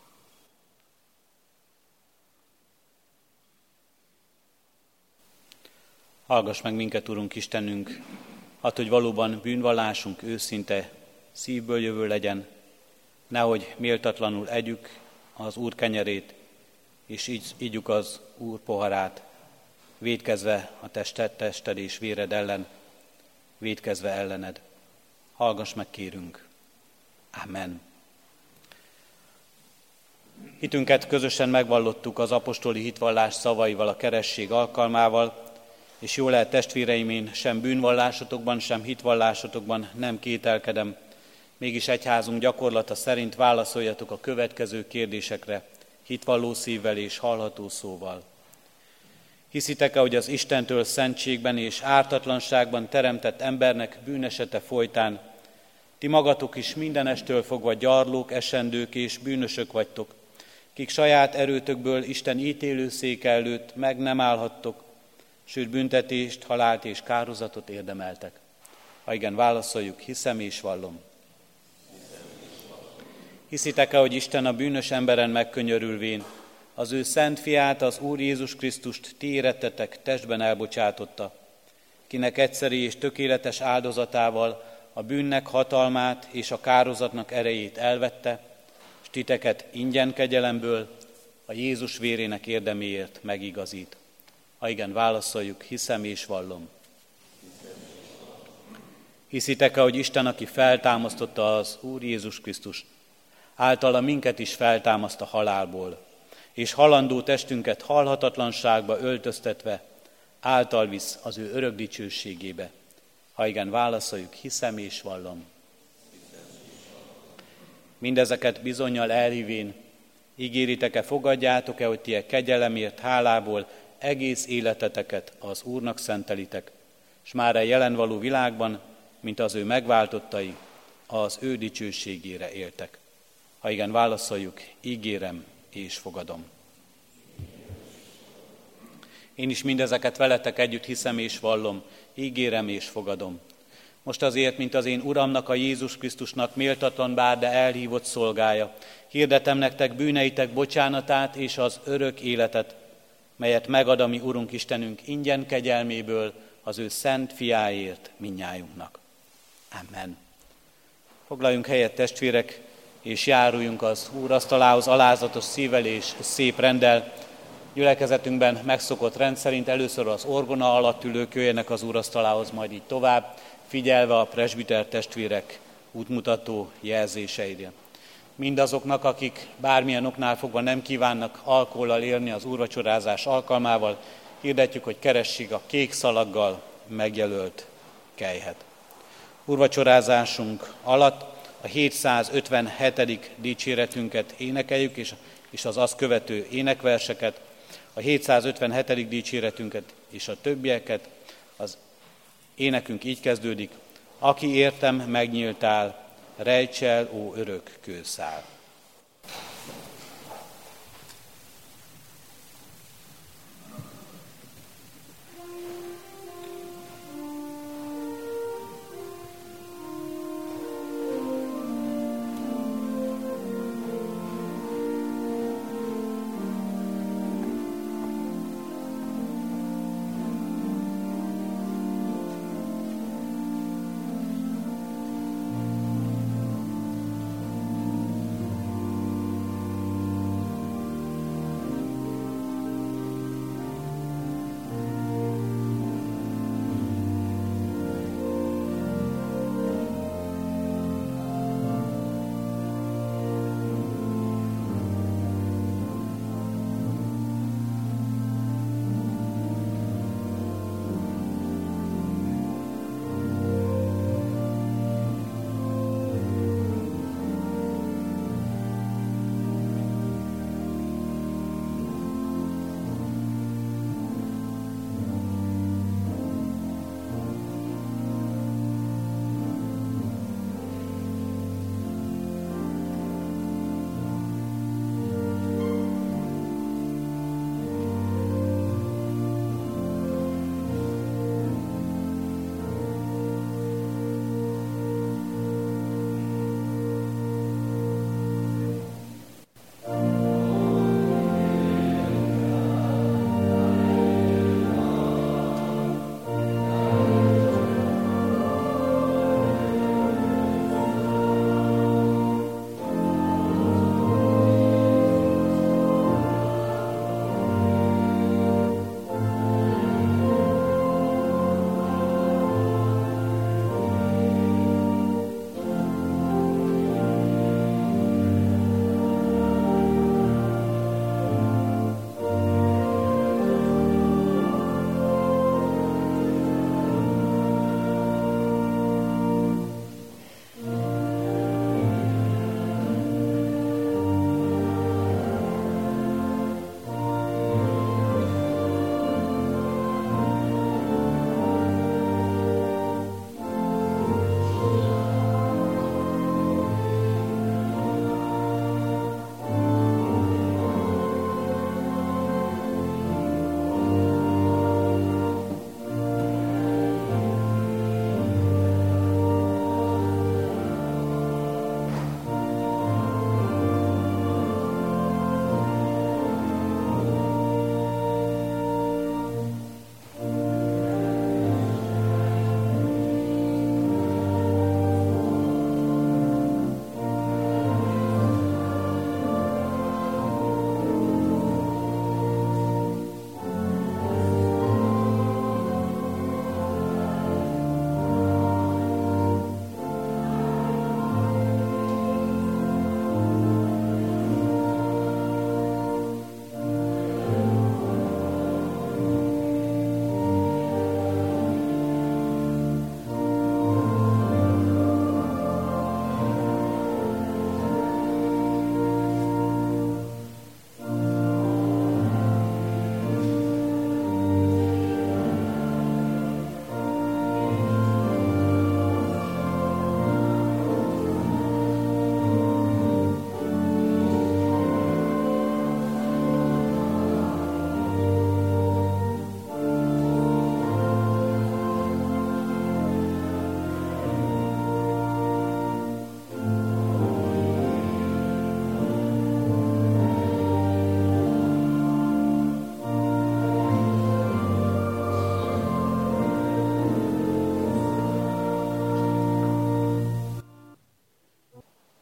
Hallgass meg minket, Urunk Istenünk, hadd, hogy valóban bűnvallásunk őszinte, szívből jövő legyen, nehogy méltatlanul együk az Úr kenyerét, és így ígyuk az Úr poharát, vétkezve a tested, tested és véred ellen, vétkezve ellened. Hallgass meg, kérünk. Amen. Hitünket közösen megvallottuk az apostoli hitvallás szavaival, a keresztség alkalmával, és jól lehet, testvéreim, én sem bűnvallásotokban, sem hitvallásotokban nem kételkedem, mégis egyházunk gyakorlata szerint válaszoljatok a következő kérdésekre, hitvalló szívvel és hallható szóval. Hiszitek-e, hogy az Istentől szentségben és ártatlanságban teremtett embernek bűnesete folytán ti magatok is mindenestől fogva gyarlók, esendők és bűnösök vagytok, kik saját erőtökből Isten ítélőszéke előtt meg nem állhattok, sőt büntetést, halált és kározatot érdemeltek? Ha igen, válaszoljuk: hiszem és vallom. Hiszitek-e, hogy Isten a bűnös emberen megkönyörülvén az ő szent fiát, az Úr Jézus Krisztust ti érettetek, testben elbocsátotta, kinek egyszeri és tökéletes áldozatával a bűnnek hatalmát és a kározatnak erejét elvette, s titeket ingyen kegyelemből a Jézus vérének érdeméért megigazít? Ha igen, válaszoljuk: hiszem és vallom. Hiszitek-e, hogy Isten, aki feltámasztotta az Úr Jézus Krisztust, általa minket is feltámaszt a halálból, és halandó testünket halhatatlanságba öltöztetve által visz az ő örök dicsőségébe? Ha igen, válaszoljuk: hiszem és vallom. Mindezeket bizonnyal elhívén ígéritek-e, fogadjátok-e, hogy ti e kegyelemért hálából egész életeteket az Úrnak szentelitek, s már a jelen való világban, mint az ő megváltottai, az ő dicsőségére éltek? Ha igen, válaszoljuk: ígérem és fogadom. Én is mindezeket veletek együtt hiszem és vallom, ígérem és fogadom. Most azért, mint az én Uramnak, a Jézus Krisztusnak méltatlan bár, de elhívott szolgája, hirdetem nektek bűneitek bocsánatát és az örök életet, melyet megad a mi Urunk Istenünk ingyen kegyelméből az ő szent fiáért mindnyájunknak. Amen. Foglaljunk helyet, testvérek, és járuljunk az úrasztalához alázatos szívvel és szép renddel. Gyülekezetünkben megszokott rend szerint először az orgona alatt ülők jöjjenek az úrasztalához, majd így tovább, figyelve a presbiter testvérek útmutató jelzéseire. Mindazoknak, akik bármilyen oknál fogva nem kívánnak alkohollal élni az úrvacsorázás alkalmával, hirdetjük, hogy keressék a kék szalaggal megjelölt kelyhet. Úrvacsorázásunk alatt a hétszázötvenhetedik dicséretünket énekeljük, és, és az azt követő énekverseket, a hétszázötvenhetedik dicséretünket és a többieket. Az énekünk így kezdődik: aki értem megnyíltál, rejts el, ó örök kőszál.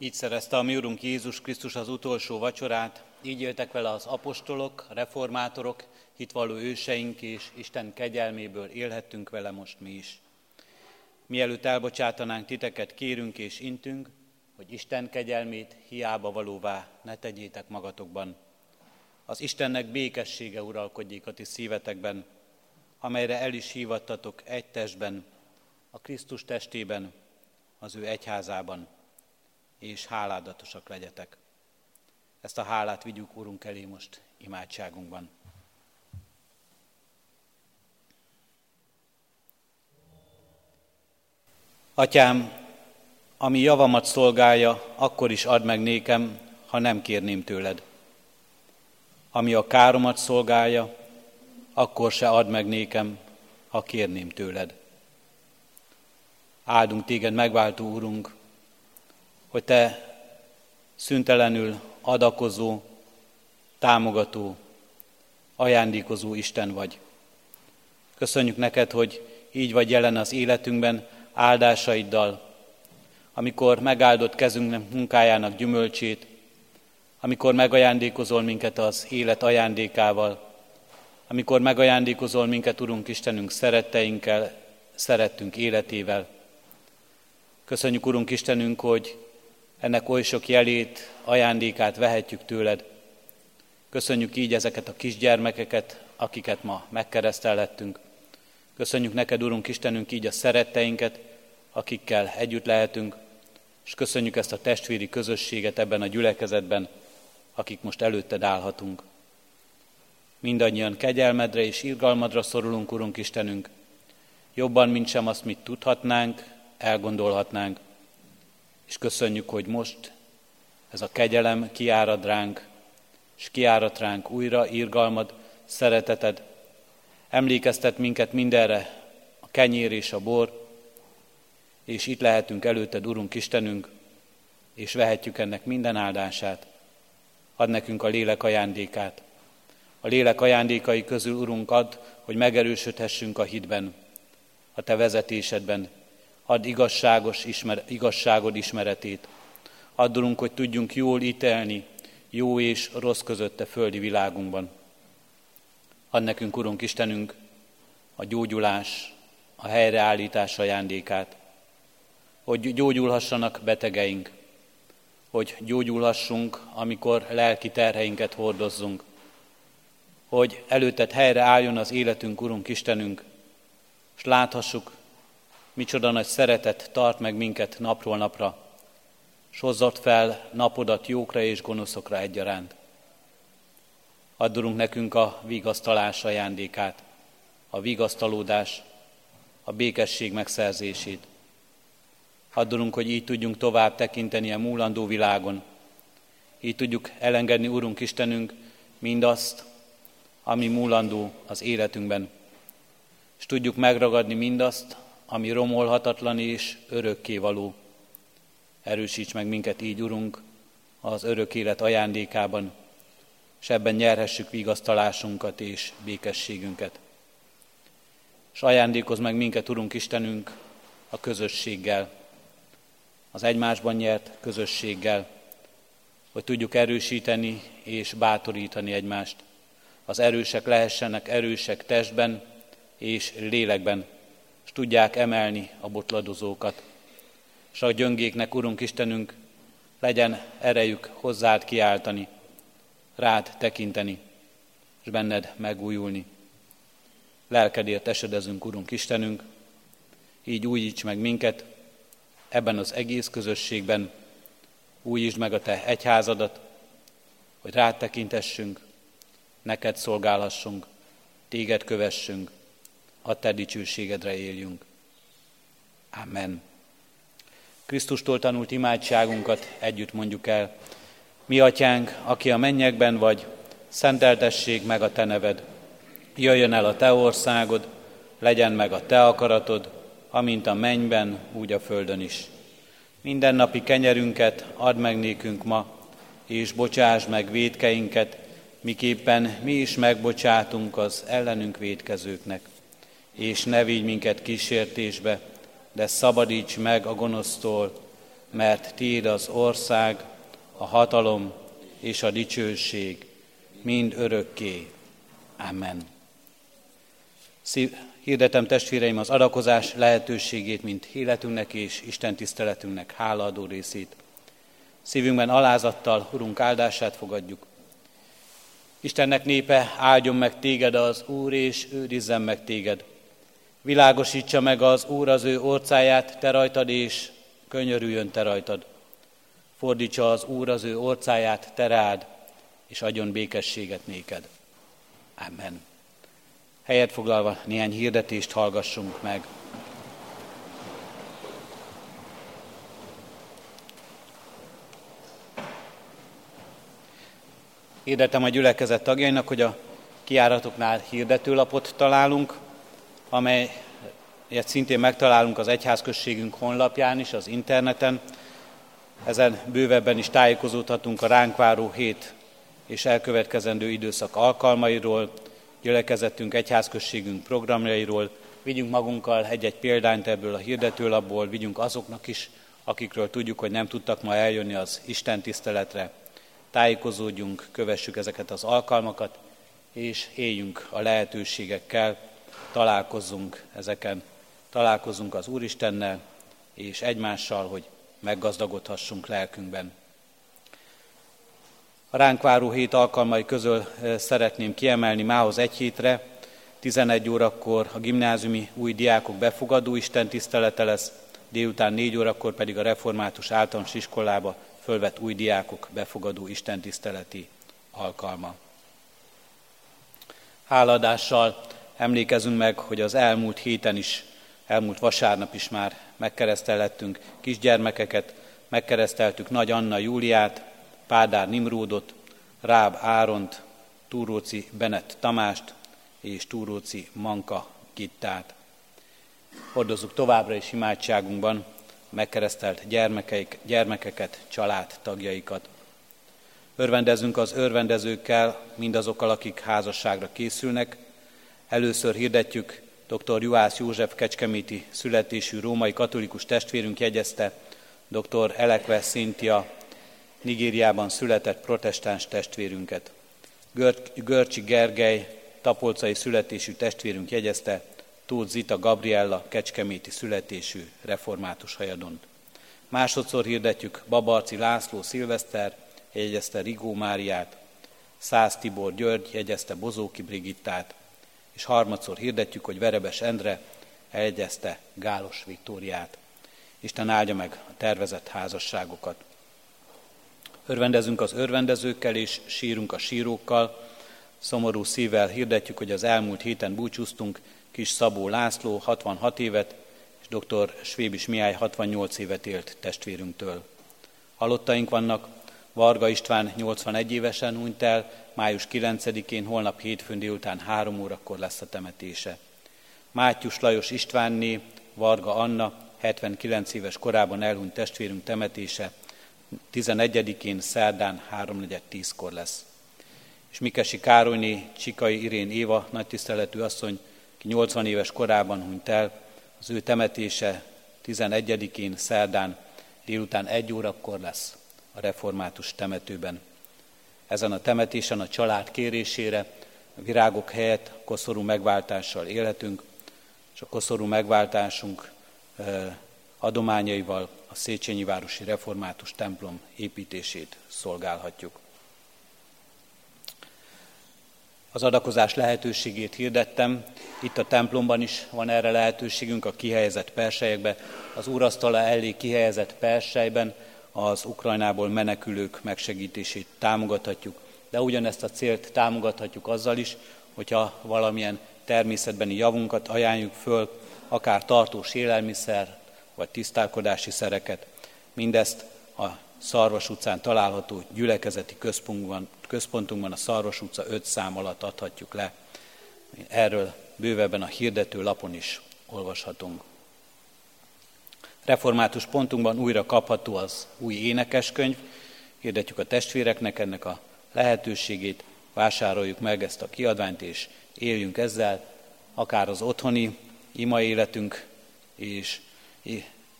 Így szerezte a mi Urunk Jézus Krisztus az utolsó vacsorát, így éltek vele az apostolok, a reformátorok, hitvalló őseink, és Isten kegyelméből élhettünk vele most mi is. Mielőtt elbocsátanánk titeket, kérünk és intünk, hogy Isten kegyelmét hiába valóvá ne tegyétek magatokban. Az Istennek békessége uralkodjék a ti szívetekben, amelyre el is hívattatok egy testben, a Krisztus testében, az ő egyházában, és háládatosak legyetek. Ezt a hálát vigyük Urunk elé most imádságunkban. Atyám, ami javamat szolgálja, akkor is add meg nékem, ha nem kérném tőled. Ami a káromat szolgálja, akkor se add meg nékem, ha kérném tőled. Áldunk téged, megváltó Urunk, hogy te szüntelenül adakozó, támogató, ajándékozó Isten vagy. Köszönjük neked, hogy így vagy jelen az életünkben, áldásaiddal, amikor megáldott kezünknek munkájának gyümölcsét, amikor megajándékozol minket az élet ajándékával, amikor megajándékozol minket, Urunk Istenünk, szeretteinkkel, szerettünk életével. Köszönjük, Urunk Istenünk, hogy ennek oly sok jelét, ajándékát vehetjük tőled. Köszönjük így ezeket a kisgyermekeket, akiket ma megkeresztelhettünk. Köszönjük neked, Urunk Istenünk, így a szeretteinket, akikkel együtt lehetünk, és köszönjük ezt a testvéri közösséget ebben a gyülekezetben, akik most előtted állhatunk. Mindannyian kegyelmedre és irgalmadra szorulunk, Urunk Istenünk, jobban, mint sem azt, mit tudhatnánk, elgondolhatnánk, és köszönjük, hogy most ez a kegyelem kiárad ránk, és kiárad ránk újra irgalmad, szereteted, emlékeztet minket mindenre a kenyér és a bor, és itt lehetünk előtted, Urunk Istenünk, és vehetjük ennek minden áldását. Add nekünk a lélek ajándékát. A lélek ajándékai közül, Urunk, add, hogy megerősödhessünk a hitben, a te vezetésedben. Add igazságos ismer, igazságod ismeretét. Add, Urunk, hogy tudjunk jól ítélni jó és rossz között a földi világunkban. Add nekünk, Urunk Istenünk, a gyógyulás, a helyreállítás ajándékát, hogy gyógyulhassanak betegeink, hogy gyógyulhassunk, amikor lelki terheinket hordozzunk, hogy előtted helyre álljon az életünk, Urunk Istenünk, és láthassuk, micsoda nagy szeretet tart meg minket napról napra, s hozzott fel napodat jókra és gonoszokra egyaránt. Add, Urunk, nekünk a vigasztalás ajándékát, a vigasztalódás, a békesség megszerzését. Add, Urunk, hogy így tudjunk tovább tekinteni a múlandó világon. Így tudjuk elengedni, Urunk Istenünk, mindazt, ami múlandó az életünkben. És tudjuk megragadni mindazt, ami romolhatatlan és örökkévaló. Erősíts meg minket így, Urunk, az örök élet ajándékában, és ebben nyerhessük vigasztalásunkat és békességünket. És ajándékozz meg minket, Urunk Istenünk, a közösséggel, az egymásban nyert közösséggel, hogy tudjuk erősíteni és bátorítani egymást. Az erősek lehessenek erősek testben és lélekben, és tudják emelni a botladozókat. És a gyöngéknek, Urunk Istenünk, legyen erejük hozzád kiáltani, rád tekinteni, és benned megújulni. Lelkedért esedezünk, Urunk Istenünk, így újíts meg minket ebben az egész közösségben, újítsd meg a te egyházadat, hogy rád tekintessünk, neked szolgálhassunk, téged kövessünk, a te dicsőségedre éljünk. Amen. Krisztustól tanult imádságunkat együtt mondjuk el. Mi atyánk, aki a mennyekben vagy, szenteltessék meg a te neved. Jöjjön el a te országod, legyen meg a te akaratod, amint a mennyben, úgy a földön is. Mindennapi kenyerünket add meg nékünk ma, és bocsásd meg vétkeinket, miképpen mi is megbocsátunk az ellenünk vétkezőknek. És ne vigy minket kísértésbe, de szabadíts meg a gonosztól, mert tiéd az ország, a hatalom és a dicsőség mind örökké. Amen. Szív, hirdetem testvéreim az adakozás lehetőségét, mint életünknek és Isten tiszteletünknek hálaadó részét. Szívünkben alázattal Urunk áldását fogadjuk. Istennek népe, áldjon meg téged az Úr, és őrizzen meg téged. Világosítsa meg az Úr az ő orcáját te rajtad, és könyörüljön te rajtad. Fordítsa az Úr az ő orcáját te rád, és adjon békességet néked. Amen. Helyet foglalva néhány hirdetést hallgassunk meg. Hirdetem a gyülekezet tagjainak, hogy a kijáratoknál hirdetőlapot találunk, amelyet szintén megtalálunk az egyházközségünk honlapján is, az interneten. Ezen bővebben is tájékozódhatunk a ránk váró hét és elkövetkezendő időszak alkalmairól, gyülekezetünk, egyházközségünk programjairól. Vigyünk magunkkal egy-egy példányt ebből a hirdetőlapból, vigyünk azoknak is, akikről tudjuk, hogy nem tudtak ma eljönni az Isten tiszteletre. Tájékozódjunk, kövessük ezeket az alkalmakat, és éljünk a lehetőségekkel, találkozzunk ezeken, találkozzunk az Úristennel és egymással, hogy meggazdagodhassunk lelkünkben. A ránk váró hét alkalmai közül szeretném kiemelni mához egy hétre, tizenegy órakor a gimnáziumi új diákok befogadó istentisztelete lesz, délután négy órakor pedig a református általános iskolába fölvett új diákok befogadó istentiszteleti alkalma. Hálaadással emlékezünk meg, hogy az elmúlt héten is, elmúlt vasárnap is már megkeresztelhettünk kisgyermekeket, megkereszteltük Nagy Anna Júliát, Pádár Nimródot, Ráb Áront, Túróci Benett Tamást és Túróci Manka Gittát. Hordozzuk továbbra is imádságunkban megkeresztelt gyermekeik, gyermekeket, családtagjaikat. Örvendezzünk az örvendezőkkel, mindazokkal, akik házasságra készülnek. Először hirdetjük, dr. Juhász József kecskeméti születésű római katolikus testvérünk jegyezte dr. Elekve Szintia Nigériában született protestáns testvérünket. Görcsi Gergely tapolcai születésű testvérünk jegyezte Tóth Zita Gabriella kecskeméti születésű református hajadont. Másodszor hirdetjük Babarci László Szilveszter jegyezte Rigó Máriát, Szász Tibor György jegyezte Bozóki Brigittát, és harmadszor hirdetjük, hogy Verebes Endre eljegyezte Gálos Viktóriát. Isten áldja meg a tervezett házasságokat. Örvendezünk az örvendezőkkel és sírunk a sírókkal. Szomorú szívvel hirdetjük, hogy az elmúlt héten búcsúztunk Kis Szabó László hatvanhat évet, és dr. Svébis Mihály hatvannyolc évet élt testvérünktől. Halottaink vannak, Varga István nyolcvanegy évesen hunyt el, május kilencedikén, holnap hétfőn délután három órakor lesz a temetése. Mátyus Lajos Istvánné, Varga Anna hetvenkilenc éves korában elhunyt testvérünk temetése tizenegyedikén szerdán háromnegyed tízkor lesz. És Mikesi Károlyné, Csikai Irén Éva nagytiszteletű asszony, ki nyolcvan éves korában hunyt el, az ő temetése tizenegyedikén szerdán délután egy órakor lesz a református temetőben. Ezen a temetésen a család kérésére a virágok helyett koszorú megváltással élhetünk, és a koszorú megváltásunk adományaival a Széchenyi városi református templom építését szolgálhatjuk. Az adakozás lehetőségét hirdettem, itt a templomban is van erre lehetőségünk a kihelyezett perselyekben, az úrasztala elé kihelyezett perselyben az Ukrajnából menekülők megsegítését támogathatjuk, de ugyanezt a célt támogathatjuk azzal is, hogyha valamilyen természetbeni javunkat ajánljuk föl, akár tartós élelmiszer vagy tisztálkodási szereket. Mindezt a Szarvas utcán található gyülekezeti központunkban, központunkban a Szarvas utca öt szám alatt adhatjuk le. Erről bővebben a hirdető lapon is olvashatunk. Református pontunkban újra kapható az új énekeskönyv, hirdetjük a testvéreknek ennek a lehetőségét, vásároljuk meg ezt a kiadványt, és éljünk ezzel, akár az otthoni ima életünk és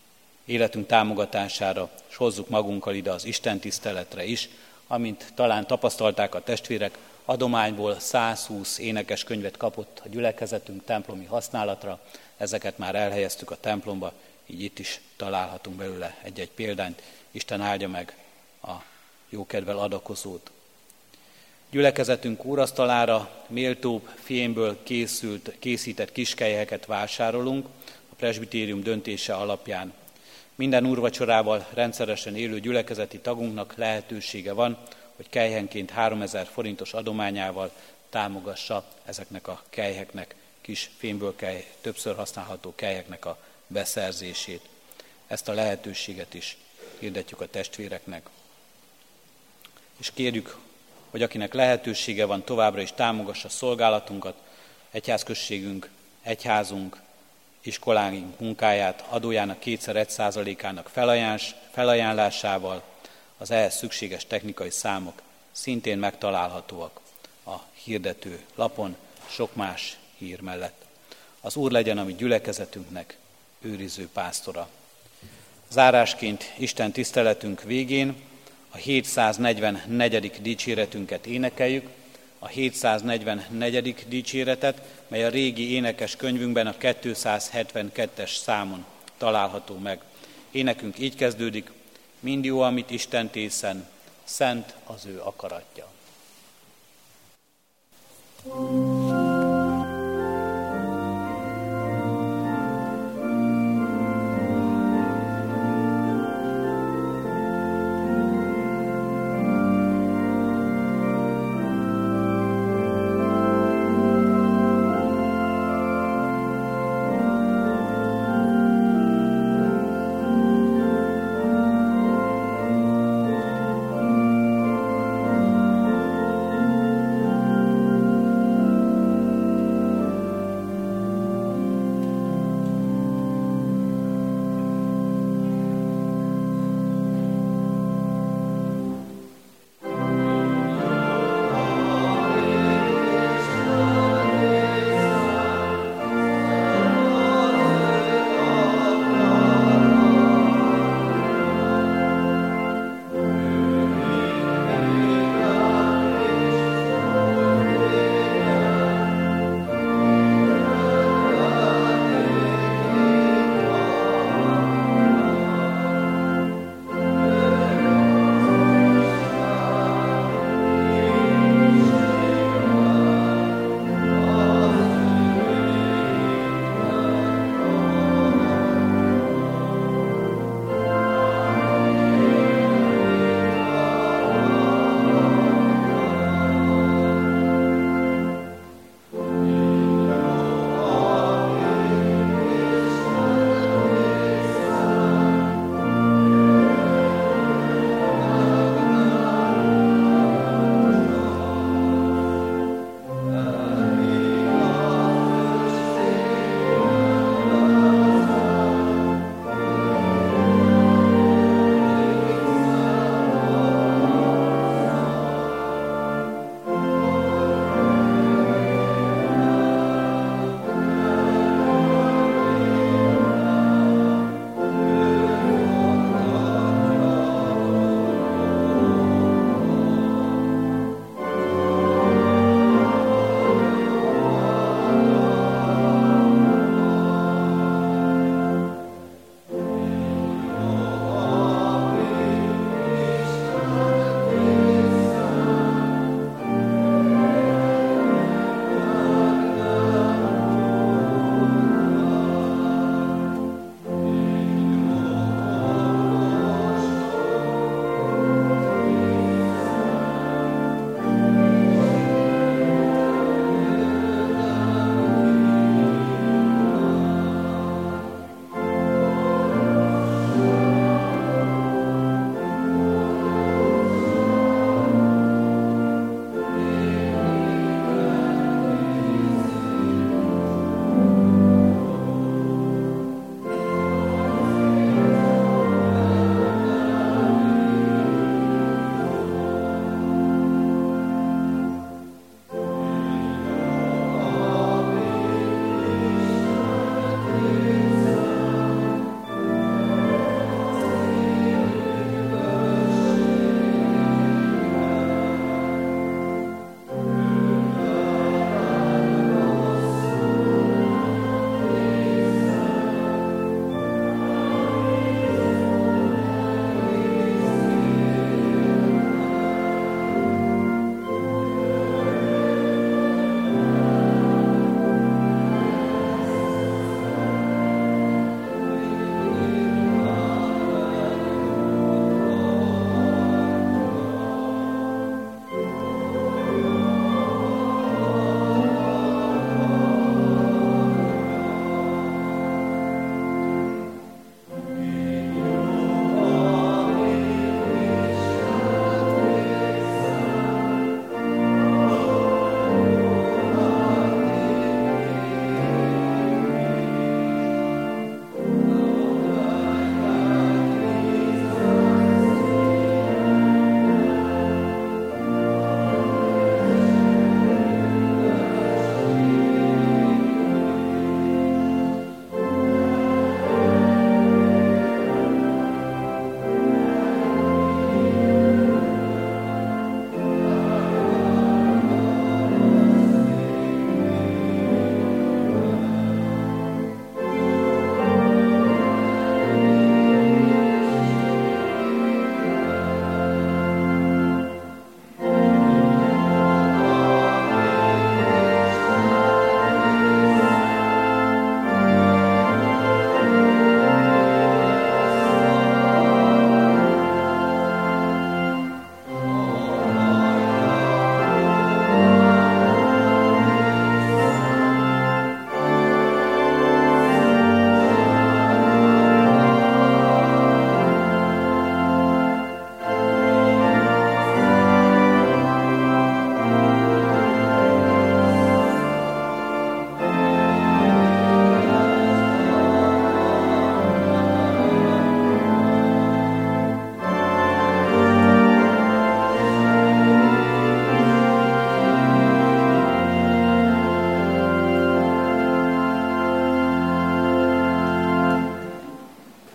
életünk támogatására, és hozzuk magunkkal ide az Isten tiszteletre is, amint talán tapasztalták a testvérek, adományból száz húsz énekeskönyvet kapott a gyülekezetünk templomi használatra, ezeket már elhelyeztük a templomba, így itt is találhatunk belőle egy-egy példányt. Isten áldja meg a jókedvel adakozót. Gyülekezetünk úrasztalára méltóbb fémből készült, készített kiskelyheket vásárolunk a presbitérium döntése alapján. Minden úrvacsorával rendszeresen élő gyülekezeti tagunknak lehetősége van, hogy kelyhenként háromezer forintos adományával támogassa ezeknek a kelyheknek, kis fémből kely, többször használható kelyheknek a beszerzését. Ezt a lehetőséget is hirdetjük a testvéreknek. És kérjük, hogy akinek lehetősége van, továbbra is támogassa szolgálatunkat, egyházközségünk, egyházunk, iskoláink munkáját adójának kétszer egy százalékának felajánlásával, az ehhez szükséges technikai számok szintén megtalálhatóak a hirdető lapon, sok más hír mellett. Az Úr legyen a mi gyülekezetünknek őriző pásztora. Zárásként Isten tiszteletünk végén a hétszáznegyvennegyedik dicséretünket énekeljük, a hétszáznegyvennegyedik dicséretet, mely a régi énekes könyvünkben a kétszázhetvenkettes számon található meg. Énekünk így kezdődik: mind jó, amit Isten tészen, szent az ő akaratja.